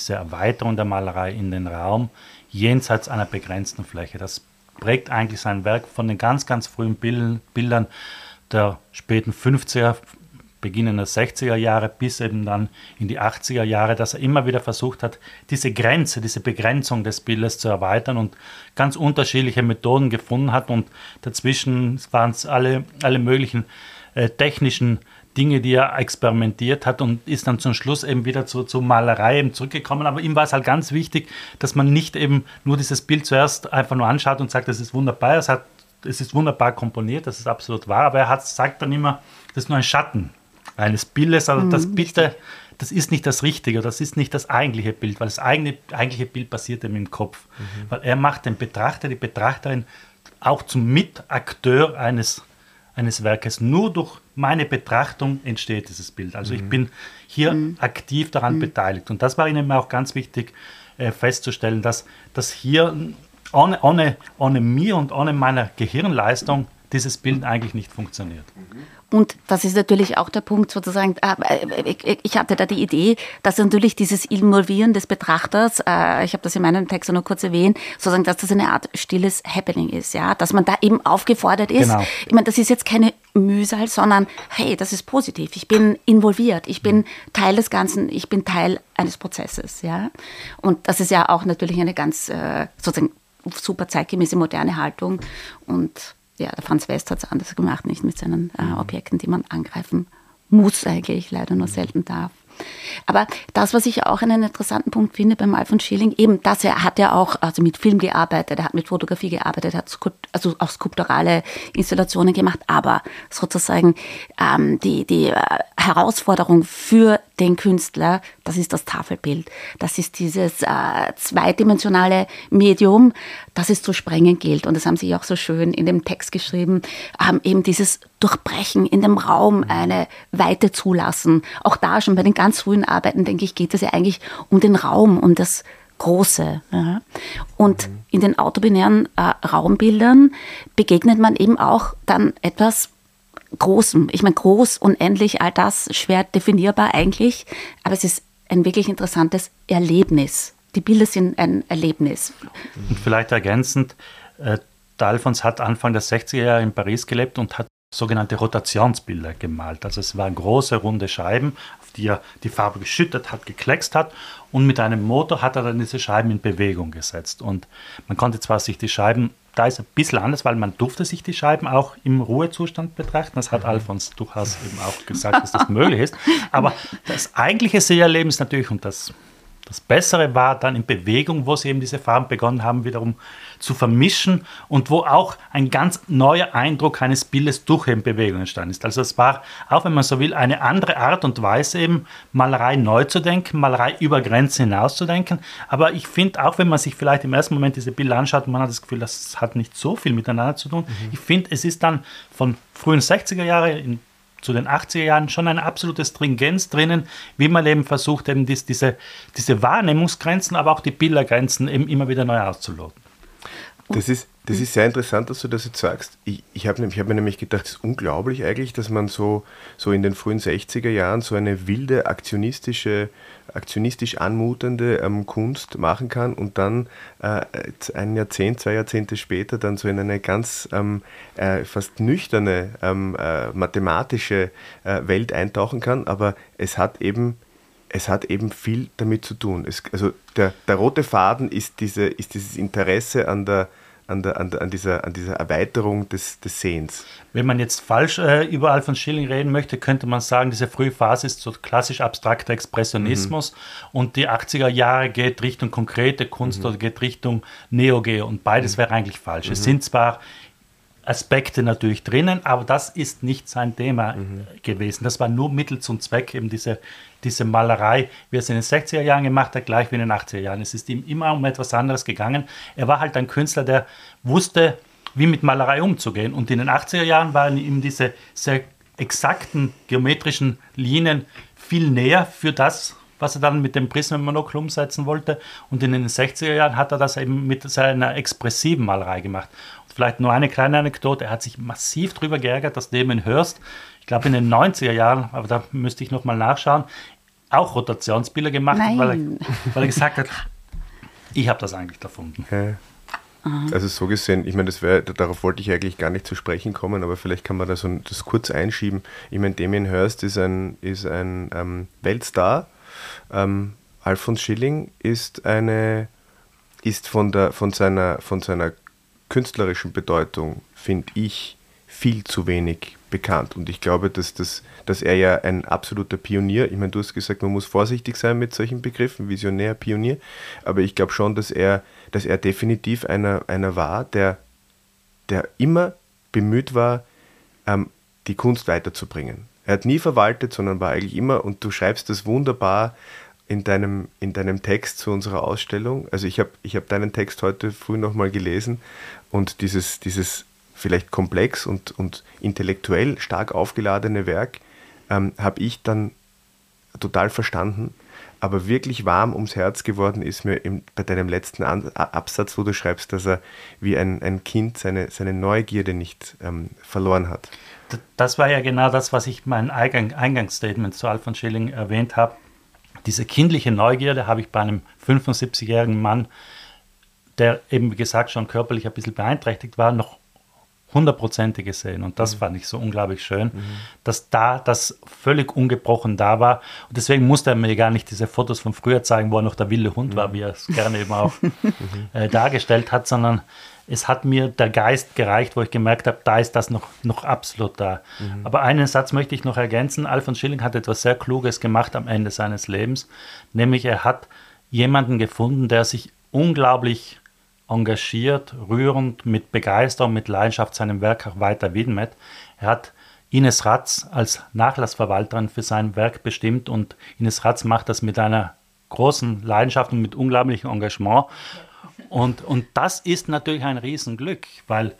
in den Raum jenseits einer begrenzten Fläche. Das prägt eigentlich sein Werk von den ganz, ganz frühen Bildern der späten 50er, beginnender 60er Jahre bis eben dann in die 80er Jahre, dass er immer wieder versucht hat, diese Begrenzung des Bildes zu erweitern und ganz unterschiedliche Methoden gefunden hat, und dazwischen waren es alle möglichen technischen Dinge, die er experimentiert hat, und ist dann zum Schluss eben wieder zur Malerei eben zurückgekommen. Aber ihm war es halt ganz wichtig, dass man nicht eben nur dieses Bild zuerst einfach nur anschaut und sagt, das ist wunderbar, es ist wunderbar komponiert, das ist absolut wahr, aber er sagt dann immer, das ist nur ein Schatten eines Bildes, also das ist nicht das Richtige, das ist nicht das eigentliche Bild, weil das eigentliche Bild passiert eben im Kopf. Weil er macht den Betrachter, die Betrachterin auch zum Mitakteur eines Werkes. Nur durch meine Betrachtung entsteht dieses Bild. Also ich bin hier aktiv daran beteiligt. Und das war Ihnen auch ganz wichtig festzustellen, dass hier ohne mir und ohne meine Gehirnleistung dieses Bild eigentlich nicht funktioniert. Und das ist natürlich auch der Punkt sozusagen, ich hatte da die Idee, dass natürlich dieses Involvieren des Betrachters, ich habe das in meinem Text nur kurz erwähnt, sozusagen, dass das eine Art stilles Happening ist, ja, dass man da eben aufgefordert ist. Genau. Ich meine, das ist jetzt keine Mühsal, sondern hey, das ist positiv, ich bin involviert, ich bin Teil des Ganzen, ich bin Teil eines Prozesses, ja. Und das ist ja auch natürlich eine ganz sozusagen super zeitgemäße moderne Haltung und ja, der Franz West hat es anders gemacht, nicht mit seinen Objekten, die man angreifen muss eigentlich, leider nur selten darf. Aber das, was ich auch einen interessanten Punkt finde beim Alfons Schilling, eben, dass er hat ja auch mit Film gearbeitet, er hat mit Fotografie gearbeitet, hat also auch skulpturale Installationen gemacht, aber sozusagen die Herausforderung für den Künstler, das ist das Tafelbild, das ist dieses zweidimensionale Medium, das es zu sprengen gilt. Und das haben Sie auch so schön in dem Text geschrieben, eben dieses Durchbrechen in dem Raum, eine Weite zulassen. Auch da schon bei den ganz frühen Arbeiten, denke ich, geht es ja eigentlich um den Raum, um das Große. Ja. Und in den autobinären Raumbildern begegnet man eben auch dann etwas Großem. Ich meine, groß, unendlich, all das schwer definierbar eigentlich, aber es ist ein wirklich interessantes Erlebnis. Die Bilder sind ein Erlebnis. Und vielleicht ergänzend, der Alfons hat Anfang der 60er Jahre in Paris gelebt und hat sogenannte Rotationsbilder gemalt. Also es waren große, runde Scheiben, auf die er die Farbe geschüttet hat, gekleckst hat und mit einem Motor hat er dann diese Scheiben in Bewegung gesetzt. Und man konnte zwar sich die Scheiben, da ist ein bisschen anders, weil man durfte sich die Scheiben auch im Ruhezustand betrachten. Das hat Alfons durchaus eben auch gesagt, dass das möglich ist. Aber das eigentliche Seherleben ist natürlich, und das Bessere war dann in Bewegung, wo sie eben diese Farben begonnen haben, wiederum zu vermischen und wo auch ein ganz neuer Eindruck eines Bildes durch eben Bewegung entstanden ist. Also es war, auch wenn man so will, eine andere Art und Weise eben Malerei neu zu denken, Malerei über Grenzen hinaus zu denken. Aber ich finde, auch wenn man sich vielleicht im ersten Moment diese Bilder anschaut, man hat das Gefühl, das hat nicht so viel miteinander zu tun. Ich finde, es ist dann von frühen 60er Jahren zu den 80er Jahren schon eine absolute Stringenz drinnen, wie man eben versucht, eben diese Wahrnehmungsgrenzen, aber auch die Bildergrenzen eben immer wieder neu auszuloten. Das ist sehr interessant, dass du das jetzt sagst. Ich hab mir nämlich gedacht, es ist unglaublich eigentlich, dass man so in den frühen 60er Jahren so eine wilde, aktionistisch anmutende Kunst machen kann und dann ein Jahrzehnt, 2 Jahrzehnte später dann so in eine ganz fast nüchterne, mathematische Welt eintauchen kann. Aber es hat eben viel damit zu tun. Also der rote Faden ist dieses Interesse an dieser Erweiterung des Sehens. Wenn man jetzt falsch über Alfons Schilling reden möchte, könnte man sagen, diese frühe Phase ist so klassisch abstrakter Expressionismus und die 80er Jahre geht Richtung konkrete Kunst oder geht Richtung Neo-Geo und beides wäre eigentlich falsch. Es sind zwar Aspekte natürlich drinnen, aber das ist nicht sein Thema gewesen. Das war nur Mittel zum Zweck, eben diese Malerei, wie er es in den 60er Jahren gemacht hat, gleich wie in den 80er Jahren. Es ist ihm immer um etwas anderes gegangen. Er war halt ein Künstler, der wusste, wie mit Malerei umzugehen. Und in den 80er Jahren waren ihm diese sehr exakten geometrischen Linien viel näher für das, was er dann mit dem Prismenmonokel umsetzen wollte. Und in den 60er Jahren hat er das eben mit seiner expressiven Malerei gemacht. Und vielleicht nur eine kleine Anekdote, er hat sich massiv darüber geärgert, dass Damien Hirst, ich glaube in den 90er Jahren, aber da müsste ich nochmal nachschauen, auch Rotationsbilder gemacht hat, weil er gesagt hat, ich habe das eigentlich erfunden. Ja. Also so gesehen, ich meine, darauf wollte ich eigentlich gar nicht zu sprechen kommen, aber vielleicht kann man das kurz einschieben. Ich meine, Damien Hirst ist ein Weltstar. Alfons Schilling ist von seiner künstlerischen Bedeutung, finde ich, viel zu wenig bekannt. Und ich glaube, dass er ja ein absoluter Pionier, ich meine, du hast gesagt, man muss vorsichtig sein mit solchen Begriffen, Visionär, Pionier, aber ich glaube schon, dass er definitiv einer war, der immer bemüht war, die Kunst weiterzubringen. Er hat nie verwaltet, sondern war eigentlich immer, und du schreibst das wunderbar in deinem Text zu unserer Ausstellung. Also ich hab deinen Text heute früh nochmal gelesen und dieses vielleicht komplex und intellektuell stark aufgeladene Werk habe ich dann total verstanden. Aber wirklich warm ums Herz geworden ist mir bei deinem letzten Absatz, wo du schreibst, dass er wie ein Kind seine Neugierde nicht verloren hat. Das war ja genau das, was ich in meinem Eingangsstatement zu Alfons Schilling erwähnt habe. Diese kindliche Neugierde habe ich bei einem 75-jährigen Mann, der eben, wie gesagt, schon körperlich ein bisschen beeinträchtigt war, noch 100% gesehen. Und das fand ich so unglaublich schön, dass da das völlig ungebrochen da war. Und deswegen musste er mir gar nicht diese Fotos von früher zeigen, wo er noch der wilde Hund war, wie er es gerne eben auch dargestellt hat, sondern es hat mir der Geist gereicht, wo ich gemerkt habe, da ist das noch absolut da. Aber einen Satz möchte ich noch ergänzen. Alfons Schilling hat etwas sehr Kluges gemacht am Ende seines Lebens, nämlich er hat jemanden gefunden, der sich unglaublich engagiert, rührend, mit Begeisterung, mit Leidenschaft seinem Werk auch weiter widmet. Er hat Ines Ratz als Nachlassverwalterin für sein Werk bestimmt und Ines Ratz macht das mit einer großen Leidenschaft und mit unglaublichem Engagement. Und das ist natürlich ein Riesenglück, weil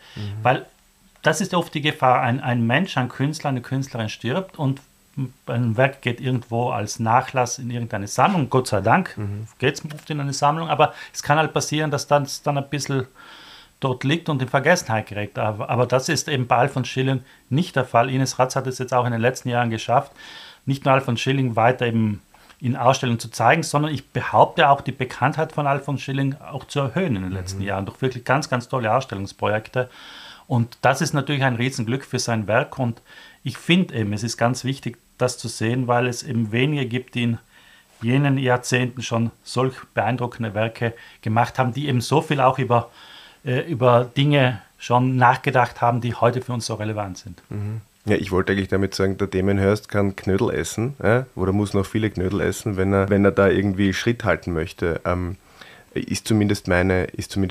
das ist oft die Gefahr, ein Mensch, ein Künstler, eine Künstlerin stirbt und ein Werk geht irgendwo als Nachlass in irgendeine Sammlung. Gott sei Dank geht es oft in eine Sammlung, aber es kann halt passieren, dass das dann ein bisschen dort liegt und in Vergessenheit gerät. Aber das ist eben bei Alfons Schilling nicht der Fall. Ines Ratz hat es jetzt auch in den letzten Jahren geschafft, nicht nur Alfons Schilling weiter eben in Ausstellungen zu zeigen, sondern ich behaupte auch, die Bekanntheit von Alfons Schilling auch zu erhöhen in den letzten Jahren durch wirklich ganz, ganz tolle Ausstellungsprojekte. Und das ist natürlich ein Riesenglück für sein Werk und ich finde eben, es ist ganz wichtig, das zu sehen, weil es eben wenige gibt, die in jenen Jahrzehnten schon solch beeindruckende Werke gemacht haben, die eben so viel auch über Dinge schon nachgedacht haben, die heute für uns so relevant sind. Ja, ich wollte eigentlich damit sagen, der Demenhörst kann Knödel essen, oder muss noch viele Knödel essen, wenn er da irgendwie Schritt halten möchte. Ist zumindest meine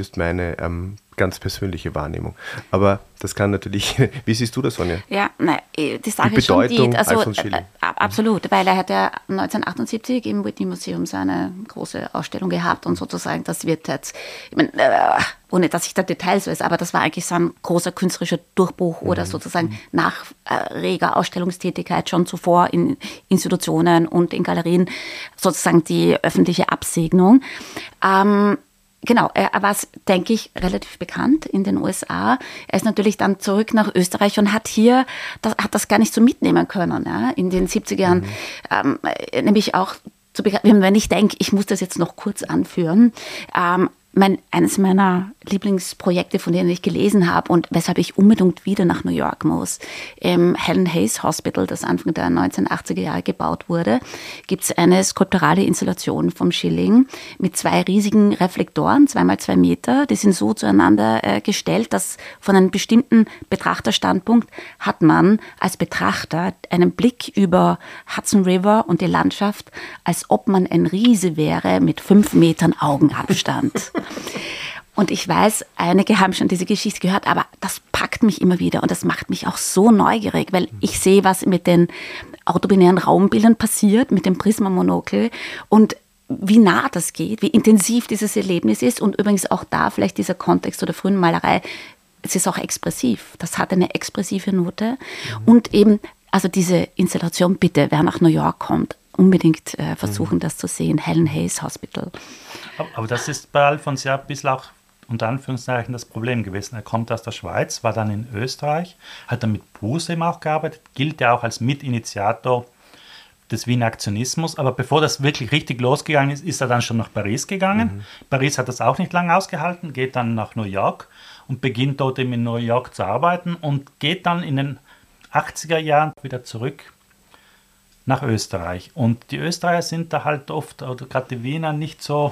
ganz persönliche Wahrnehmung. Aber das kann natürlich, wie siehst du das, Sonja? Ja, nein, die Sache ist schon die, also absolut, weil er hat ja 1978 im Whitney Museum seine große Ausstellung gehabt und sozusagen, das wird jetzt, ich meine, ohne dass ich da Details weiß, aber das war eigentlich so ein großer künstlerischer Durchbruch oder sozusagen nach reger Ausstellungstätigkeit schon zuvor in Institutionen und in Galerien sozusagen die öffentliche Absegnung. Genau, er war, denke ich, relativ bekannt in den USA. Er ist natürlich dann zurück nach Österreich und hat das gar nicht so mitnehmen können, ja, in den 70er Jahren. Nämlich auch, wenn ich denke, ich muss das jetzt noch kurz anführen, eines meiner Lieblingsprojekte, von denen ich gelesen habe und weshalb ich unbedingt wieder nach New York muss, im Helen Hayes Hospital, das Anfang der 1980er Jahre gebaut wurde, gibt es eine skulpturale Installation vom Schilling mit 2 riesigen Reflektoren, 2x2 Meter. Die sind so zueinander gestellt, dass von einem bestimmten Betrachterstandpunkt hat man als Betrachter einen Blick über Hudson River und die Landschaft, als ob man ein Riese wäre mit 5 Metern Augenabstand. Und ich weiß, einige haben schon diese Geschichte gehört, aber das packt mich immer wieder und das macht mich auch so neugierig, weil ich sehe, was mit den orthobinären Raumbildern passiert, mit dem Prismamonokel und wie nah das geht, wie intensiv dieses Erlebnis ist und übrigens auch da vielleicht dieser Kontext oder frühen Malerei, es ist auch expressiv, das hat eine expressive Note und eben, also diese Installation, bitte, wer nach New York kommt, unbedingt versuchen, das zu sehen, Helen Hayes Hospital. Aber das ist bei Alfons ja ein bisschen auch unter Anführungszeichen das Problem gewesen. Er kommt aus der Schweiz, war dann in Österreich, hat dann mit Busse eben auch gearbeitet, gilt ja auch als Mitinitiator des Wiener Aktionismus. Aber bevor das wirklich richtig losgegangen ist, ist er dann schon nach Paris gegangen. Paris hat das auch nicht lange ausgehalten, geht dann nach New York und beginnt dort eben in New York zu arbeiten und geht dann in den 80er Jahren wieder zurück nach Österreich. Und die Österreicher sind da halt oft, oder gerade die Wiener, nicht so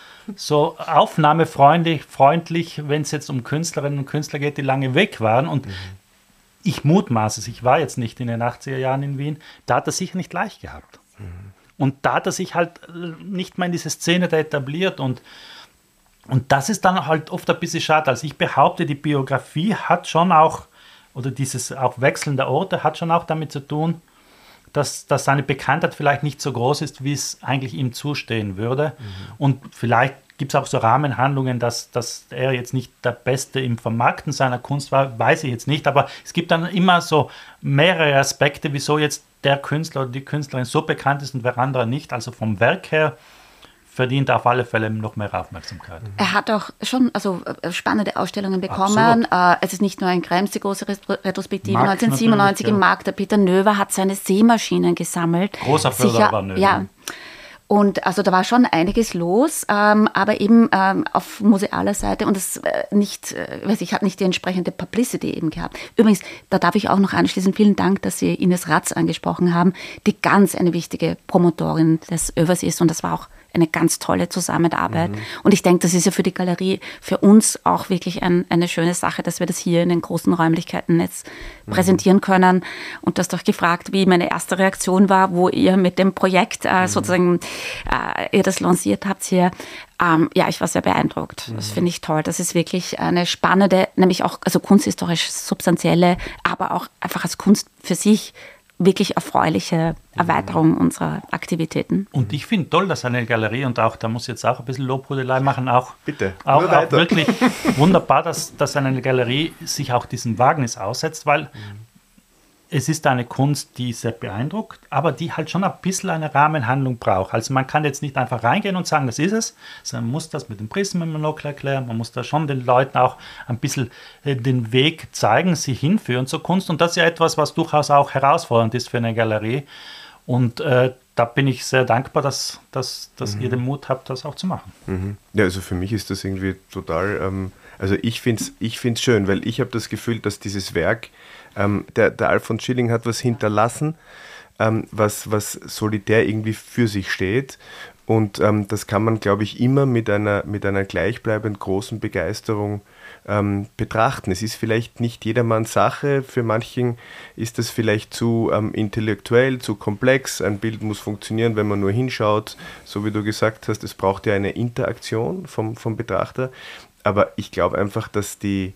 aufnahmefreundlich, wenn es jetzt um Künstlerinnen und Künstler geht, die lange weg waren. Und ich mutmaße es, ich war jetzt nicht in den 80er Jahren in Wien, da hat er sicher nicht leicht gehabt. Und da hat er sich halt nicht mehr in diese Szene da etabliert. Und das ist dann halt oft ein bisschen schade. Also ich behaupte, die Biografie hat schon auch, oder dieses auch Wechseln der Orte hat schon auch damit zu tun, dass seine Bekanntheit vielleicht nicht so groß ist, wie es eigentlich ihm zustehen würde. Und vielleicht gibt es auch so Rahmenhandlungen, dass er jetzt nicht der Beste im Vermarkten seiner Kunst war, weiß ich jetzt nicht. Aber es gibt dann immer so mehrere Aspekte, wieso jetzt der Künstler oder die Künstlerin so bekannt ist und wer andere nicht. Also vom Werk her verdient er auf alle Fälle noch mehr Aufmerksamkeit. Er hat auch schon spannende Ausstellungen bekommen. Es ist nicht nur in Krems die große Retrospektive. Markt 1997 im Markt. Der Peter Növer hat seine Seemaschinen gesammelt. Großer Förderer war Növer. Ja. Und also da war schon einiges los, aber eben auf musealer Seite und es hat nicht die entsprechende Publicity eben gehabt. Übrigens, da darf ich auch noch anschließen, vielen Dank, dass Sie Ines Ratz angesprochen haben, die ganz eine wichtige Promotorin des Övers ist und das war auch eine ganz tolle Zusammenarbeit. Und ich denke, das ist ja für die Galerie, für uns auch wirklich eine schöne Sache, dass wir das hier in den großen Räumlichkeiten jetzt präsentieren können. Und du hast doch gefragt, wie meine erste Reaktion war, wo ihr mit dem Projekt sozusagen ihr das lanciert habt hier. Ja, ich war sehr beeindruckt. Das finde ich toll. Das ist wirklich eine spannende, nämlich auch also kunsthistorisch substanzielle, aber auch einfach als Kunst für sich wirklich erfreuliche Erweiterung unserer Aktivitäten. Und ich finde toll, dass eine Galerie und auch, da muss ich jetzt auch ein bisschen Lobhudelei machen, auch wirklich wunderbar, dass eine Galerie sich auch diesem Wagnis aussetzt, weil es ist eine Kunst, die sehr beeindruckt, aber die halt schon ein bisschen eine Rahmenhandlung braucht. Also man kann jetzt nicht einfach reingehen und sagen, das ist es, sondern man muss das mit dem Prismenmonokel erklären, man muss da schon den Leuten auch ein bisschen den Weg zeigen, sie hinführen zur Kunst und das ist ja etwas, was durchaus auch herausfordernd ist für eine Galerie und da bin ich sehr dankbar, dass ihr den Mut habt, das auch zu machen. Ja, also für mich ist das irgendwie total, also ich find's schön, weil ich habe das Gefühl, dass dieses Werk, der Alfons Schilling hat was hinterlassen, was solitär irgendwie für sich steht und das kann man, glaube ich, immer mit einer gleichbleibend großen Begeisterung betrachten. Es ist vielleicht nicht jedermanns Sache, für manchen ist das vielleicht zu intellektuell, zu komplex, ein Bild muss funktionieren, wenn man nur hinschaut, so wie du gesagt hast, es braucht ja eine Interaktion vom Betrachter, aber ich glaube einfach, dass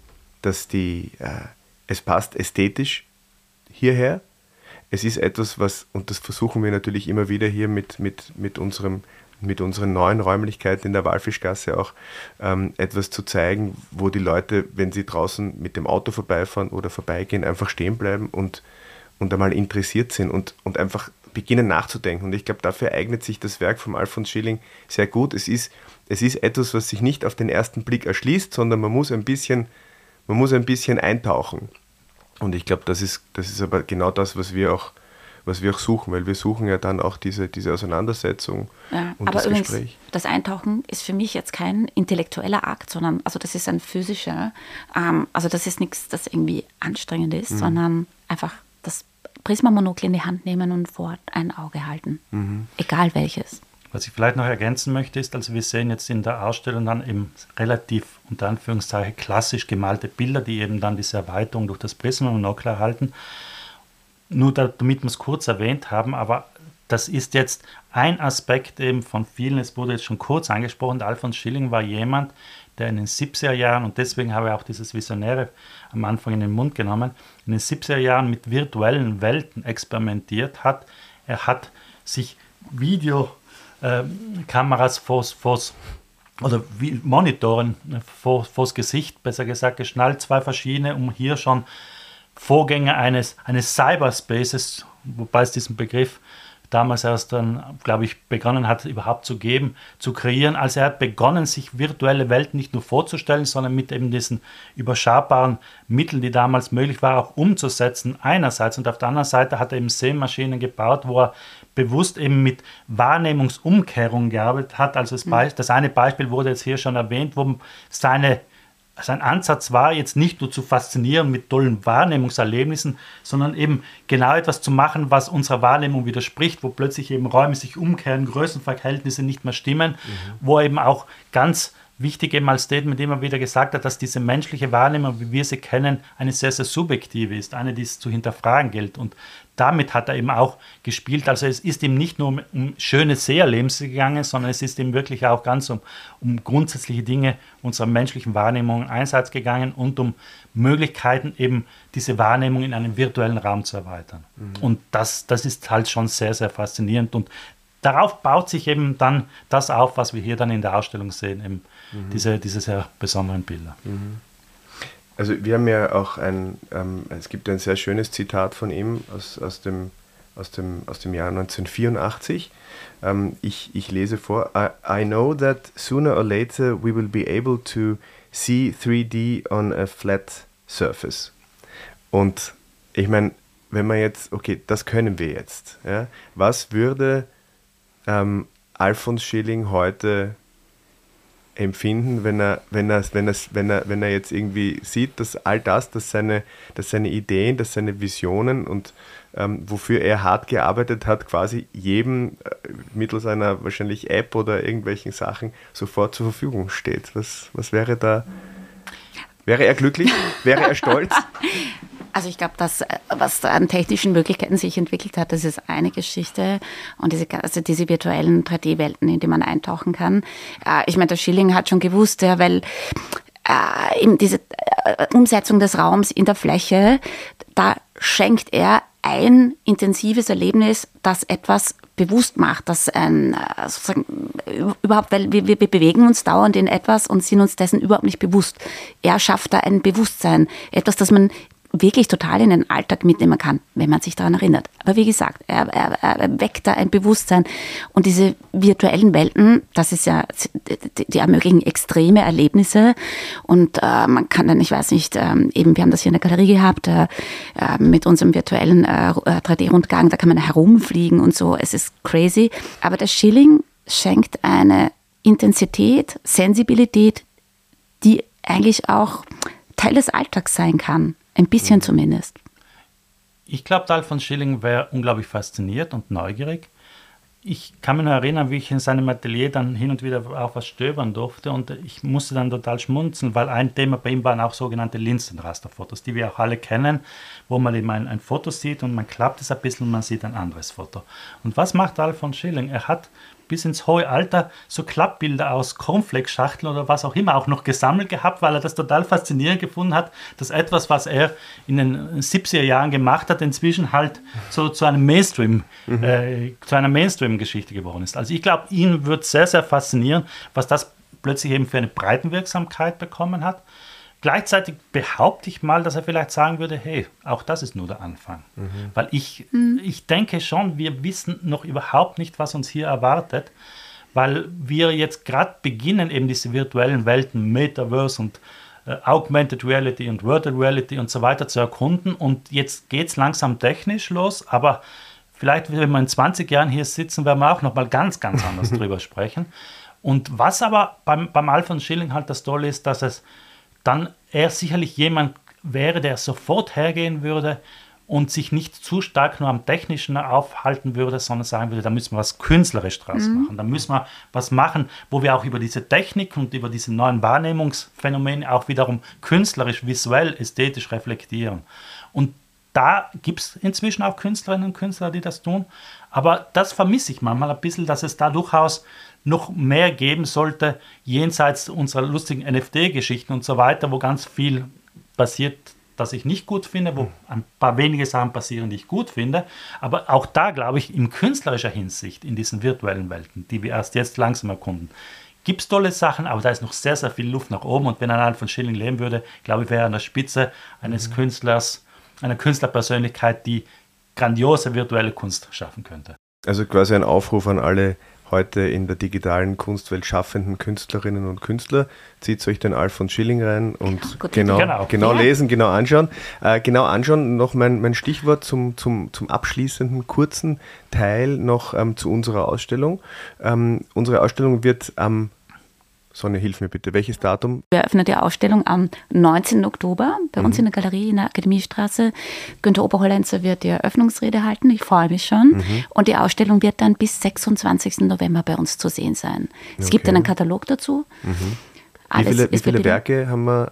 es passt ästhetisch hierher. Es ist etwas, und das versuchen wir natürlich immer wieder hier mit unseren neuen Räumlichkeiten in der Walfischgasse auch etwas zu zeigen, wo die Leute, wenn sie draußen mit dem Auto vorbeifahren oder vorbeigehen, einfach stehen bleiben und einmal interessiert sind und einfach beginnen nachzudenken. Und ich glaube, dafür eignet sich das Werk vom Alfons Schilling sehr gut. Es ist etwas, was sich nicht auf den ersten Blick erschließt, sondern man muss ein bisschen eintauchen. Und ich glaube, das ist aber genau das, was wir auch suchen, weil wir suchen ja dann auch diese Auseinandersetzung und aber das übrigens, Gespräch. Das Eintauchen ist für mich jetzt kein intellektueller Akt, sondern also das ist ein physischer, also das ist nichts, das irgendwie anstrengend ist, sondern einfach das Prismamonokel in die Hand nehmen und vor ein Auge halten, egal welches. Was ich vielleicht noch ergänzen möchte, ist, also wir sehen jetzt in der Ausstellung dann eben relativ, unter Anführungszeichen, klassisch gemalte Bilder, die eben dann diese Erweiterung durch das Prismenmonokel erhalten. Nur damit wir es kurz erwähnt haben, aber das ist jetzt ein Aspekt eben von vielen, es wurde jetzt schon kurz angesprochen, der Alfons Schilling war jemand, der in den 70er Jahren, und deswegen habe ich auch dieses Visionäre am Anfang in den Mund genommen, in den 70er Jahren mit virtuellen Welten experimentiert hat. Er hat sich Videokameras oder Monitoren vors Gesicht, besser gesagt, geschnallt, 2 verschiedene, um hier schon Vorgänge eines Cyberspaces, wobei es diesen Begriff damals erst dann, glaube ich, begonnen hat, überhaupt zu kreieren. Also er hat begonnen, sich virtuelle Welten nicht nur vorzustellen, sondern mit eben diesen überschaubaren Mitteln, die damals möglich waren, auch umzusetzen einerseits. Und auf der anderen Seite hat er eben Sehmaschinen gebaut, wo er bewusst eben mit Wahrnehmungsumkehrung gearbeitet hat. Also das eine Beispiel wurde jetzt hier schon erwähnt, wo sein Ansatz war, jetzt nicht nur zu faszinieren mit tollen Wahrnehmungserlebnissen, sondern eben genau etwas zu machen, was unserer Wahrnehmung widerspricht, wo plötzlich eben Räume sich umkehren, Größenverhältnisse nicht mehr stimmen, wo eben auch ganz wichtig eben als Statement immer wieder gesagt hat, dass diese menschliche Wahrnehmung, wie wir sie kennen, eine sehr, sehr subjektive ist, eine, die es zu hinterfragen gilt. Und damit hat er eben auch gespielt. Also es ist ihm nicht nur um schöne Seherlebnisse gegangen, sondern es ist ihm wirklich auch ganz um grundsätzliche Dinge unserer menschlichen Wahrnehmung Einsatz gegangen und um Möglichkeiten, eben diese Wahrnehmung in einem virtuellen Raum zu erweitern. Und das ist halt schon sehr, sehr faszinierend. Und darauf baut sich eben dann das auf, was wir hier dann in der Ausstellung sehen, eben diese sehr besonderen Bilder. Also wir haben ja auch es gibt ein sehr schönes Zitat von ihm aus dem aus dem Jahr 1984. Ich lese vor. I know that sooner or later we will be able to see 3D on a flat surface. Und ich meine, wenn man jetzt, okay, das können wir jetzt. Ja? Was würde Alfons Schilling heute empfinden, wenn er jetzt irgendwie sieht, dass all das, dass seine Ideen, dass seine Visionen und wofür er hart gearbeitet hat, quasi jedem mittels einer wahrscheinlich App oder irgendwelchen Sachen sofort zur Verfügung steht. Was wäre da? Wäre er glücklich? Wäre er stolz? Also ich glaube, was da an technischen Möglichkeiten sich entwickelt hat, das ist eine Geschichte und diese virtuellen 3D-Welten, in die man eintauchen kann. Ich meine, der Schilling hat schon gewusst, ja, weil eben diese Umsetzung des Raums in der Fläche, da schenkt er ein intensives Erlebnis, das etwas bewusst macht, das sozusagen überhaupt, weil wir bewegen uns dauernd in etwas und sind uns dessen überhaupt nicht bewusst. Er schafft da ein Bewusstsein, etwas, das man wirklich total in den Alltag mitnehmen kann, wenn man sich daran erinnert. Aber wie gesagt, er weckt da ein Bewusstsein. Und diese virtuellen Welten, das ist ja, die ermöglichen extreme Erlebnisse. Und man kann dann, ich weiß nicht, eben, wir haben das hier in der Galerie gehabt, mit unserem virtuellen 3D-Rundgang, da kann man herumfliegen und so. Es ist crazy. Aber der Schilling schenkt eine Intensität, Sensibilität, die eigentlich auch Teil des Alltags sein kann. Ein bisschen zumindest. Ich glaube, Alfons Schilling wäre unglaublich fasziniert und neugierig. Ich kann mich noch erinnern, wie ich in seinem Atelier dann hin und wieder auch was stöbern durfte und ich musste dann total schmunzeln, weil ein Thema bei ihm waren auch sogenannte Linsenrasterfotos, die wir auch alle kennen, wo man eben ein Foto sieht und man klappt es ein bisschen und man sieht ein anderes Foto. Und was macht Alfons Schilling? Er hat bis ins hohe Alter so Klappbilder aus Cornflakes-Schachteln oder was auch immer auch noch gesammelt gehabt, weil er das total faszinierend gefunden hat, dass etwas, was er in den 70er Jahren gemacht hat, inzwischen halt so zu einem zu einer Mainstream-Geschichte geworden ist. Also ich glaube, ihn würde sehr, sehr faszinieren, was das plötzlich eben für eine Breitenwirksamkeit bekommen hat. Gleichzeitig behaupte ich mal, dass er vielleicht sagen würde, hey, auch das ist nur der Anfang. Weil ich denke schon, wir wissen noch überhaupt nicht, was uns hier erwartet, weil wir jetzt gerade beginnen, eben diese virtuellen Welten, Metaverse und Augmented Reality und Virtual Reality und so weiter zu erkunden. Und jetzt geht es langsam technisch los, aber vielleicht, wenn wir in 20 Jahren hier sitzen, werden wir auch noch mal ganz, ganz anders drüber sprechen. Und was aber beim Alfons Schilling halt das Tolle ist, dass dann er sicherlich jemand wäre, der sofort hergehen würde und sich nicht zu stark nur am Technischen aufhalten würde, sondern sagen würde, da müssen wir was künstlerisch draus machen. Da müssen wir was machen, wo wir auch über diese Technik und über diese neuen Wahrnehmungsphänomene auch wiederum künstlerisch, visuell, ästhetisch reflektieren. Und da gibt es inzwischen auch Künstlerinnen und Künstler, die das tun. Aber das vermisse ich manchmal ein bisschen, dass es da durchaus noch mehr geben sollte, jenseits unserer lustigen NFT-Geschichten und so weiter, wo ganz viel passiert, das ich nicht gut finde, wo ein paar wenige Sachen passieren, die ich gut finde. Aber auch da, glaube ich, in künstlerischer Hinsicht, in diesen virtuellen Welten, die wir erst jetzt langsam erkunden, gibt es tolle Sachen, aber da ist noch sehr, sehr viel Luft nach oben. Und wenn ein Alfons Schilling leben würde, glaube ich, wäre er an der Spitze eines Künstlers, einer Künstlerpersönlichkeit, die grandiose virtuelle Kunst schaffen könnte. Also quasi ein Aufruf an alle heute in der digitalen Kunstwelt schaffenden Künstlerinnen und Künstler. Zieht euch den Alfons Schilling rein und genau lesen, genau anschauen. Noch mein Stichwort zum abschließenden kurzen Teil noch zu unserer Ausstellung. Unsere Ausstellung wird am Sonja, hilf mir bitte. Welches Datum? Wir eröffnen die Ausstellung am 19. Oktober bei uns in der Galerie in der Akademiestraße. Günther Oberhollenzer wird die Eröffnungsrede halten. Ich freue mich schon. Und die Ausstellung wird dann bis 26. November bei uns zu sehen sein. Es gibt einen Katalog dazu. Wie viele Werke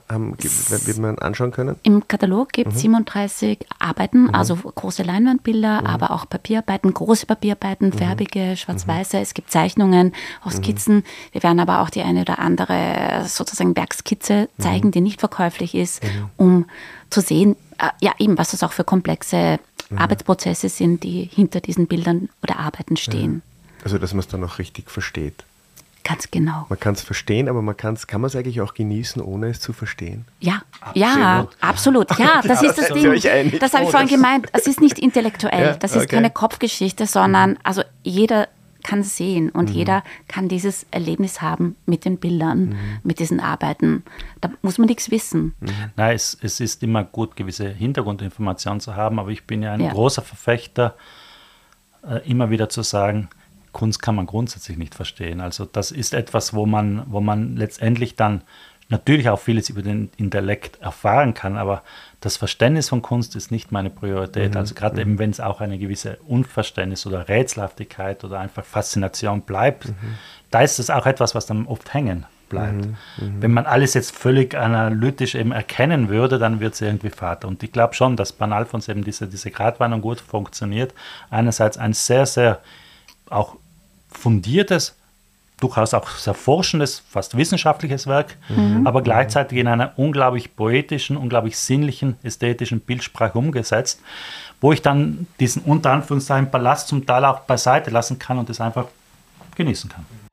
wird man anschauen können? Im Katalog gibt es 37 Arbeiten, also große Leinwandbilder, aber auch Papierarbeiten, große Papierarbeiten, farbige, schwarz-weiße. Es gibt Zeichnungen, auch Skizzen. Wir werden aber auch die eine oder andere sozusagen Werkskizze zeigen, die nicht verkäuflich ist, um zu sehen, was das auch für komplexe Arbeitsprozesse sind, die hinter diesen Bildern oder Arbeiten stehen. Also, dass man es dann auch richtig versteht. Ganz genau. Man kann es verstehen, aber kann man es eigentlich auch genießen, ohne es zu verstehen? Ja, absolut. Ja, das ist das Ding. Das habe ich vorhin gemeint. Es ist nicht intellektuell, das ist keine Kopfgeschichte, sondern also jeder kann sehen und jeder kann dieses Erlebnis haben mit den Bildern, mit diesen Arbeiten. Da muss man nichts wissen. Nein, es ist immer gut, gewisse Hintergrundinformationen zu haben, aber ich bin ja ein großer Verfechter, immer wieder zu sagen, Kunst kann man grundsätzlich nicht verstehen. Also das ist etwas, wo man letztendlich dann natürlich auch vieles über den Intellekt erfahren kann, aber das Verständnis von Kunst ist nicht meine Priorität. Also gerade eben, wenn es auch eine gewisse Unverständnis oder Rätselhaftigkeit oder einfach Faszination bleibt, da ist es auch etwas, was dann oft hängen bleibt. Wenn man alles jetzt völlig analytisch eben erkennen würde, dann wird es irgendwie fad. Und ich glaube schon, dass bei Alfons eben diese Gratwanderung gut funktioniert. Einerseits ein sehr, sehr auch fundiertes, durchaus auch sehr forschendes, fast wissenschaftliches Werk, aber gleichzeitig in einer unglaublich poetischen, unglaublich sinnlichen, ästhetischen Bildsprache umgesetzt, wo ich dann diesen unter Anführungszeichen Palast zum Teil auch beiseite lassen kann und es einfach genießen kann.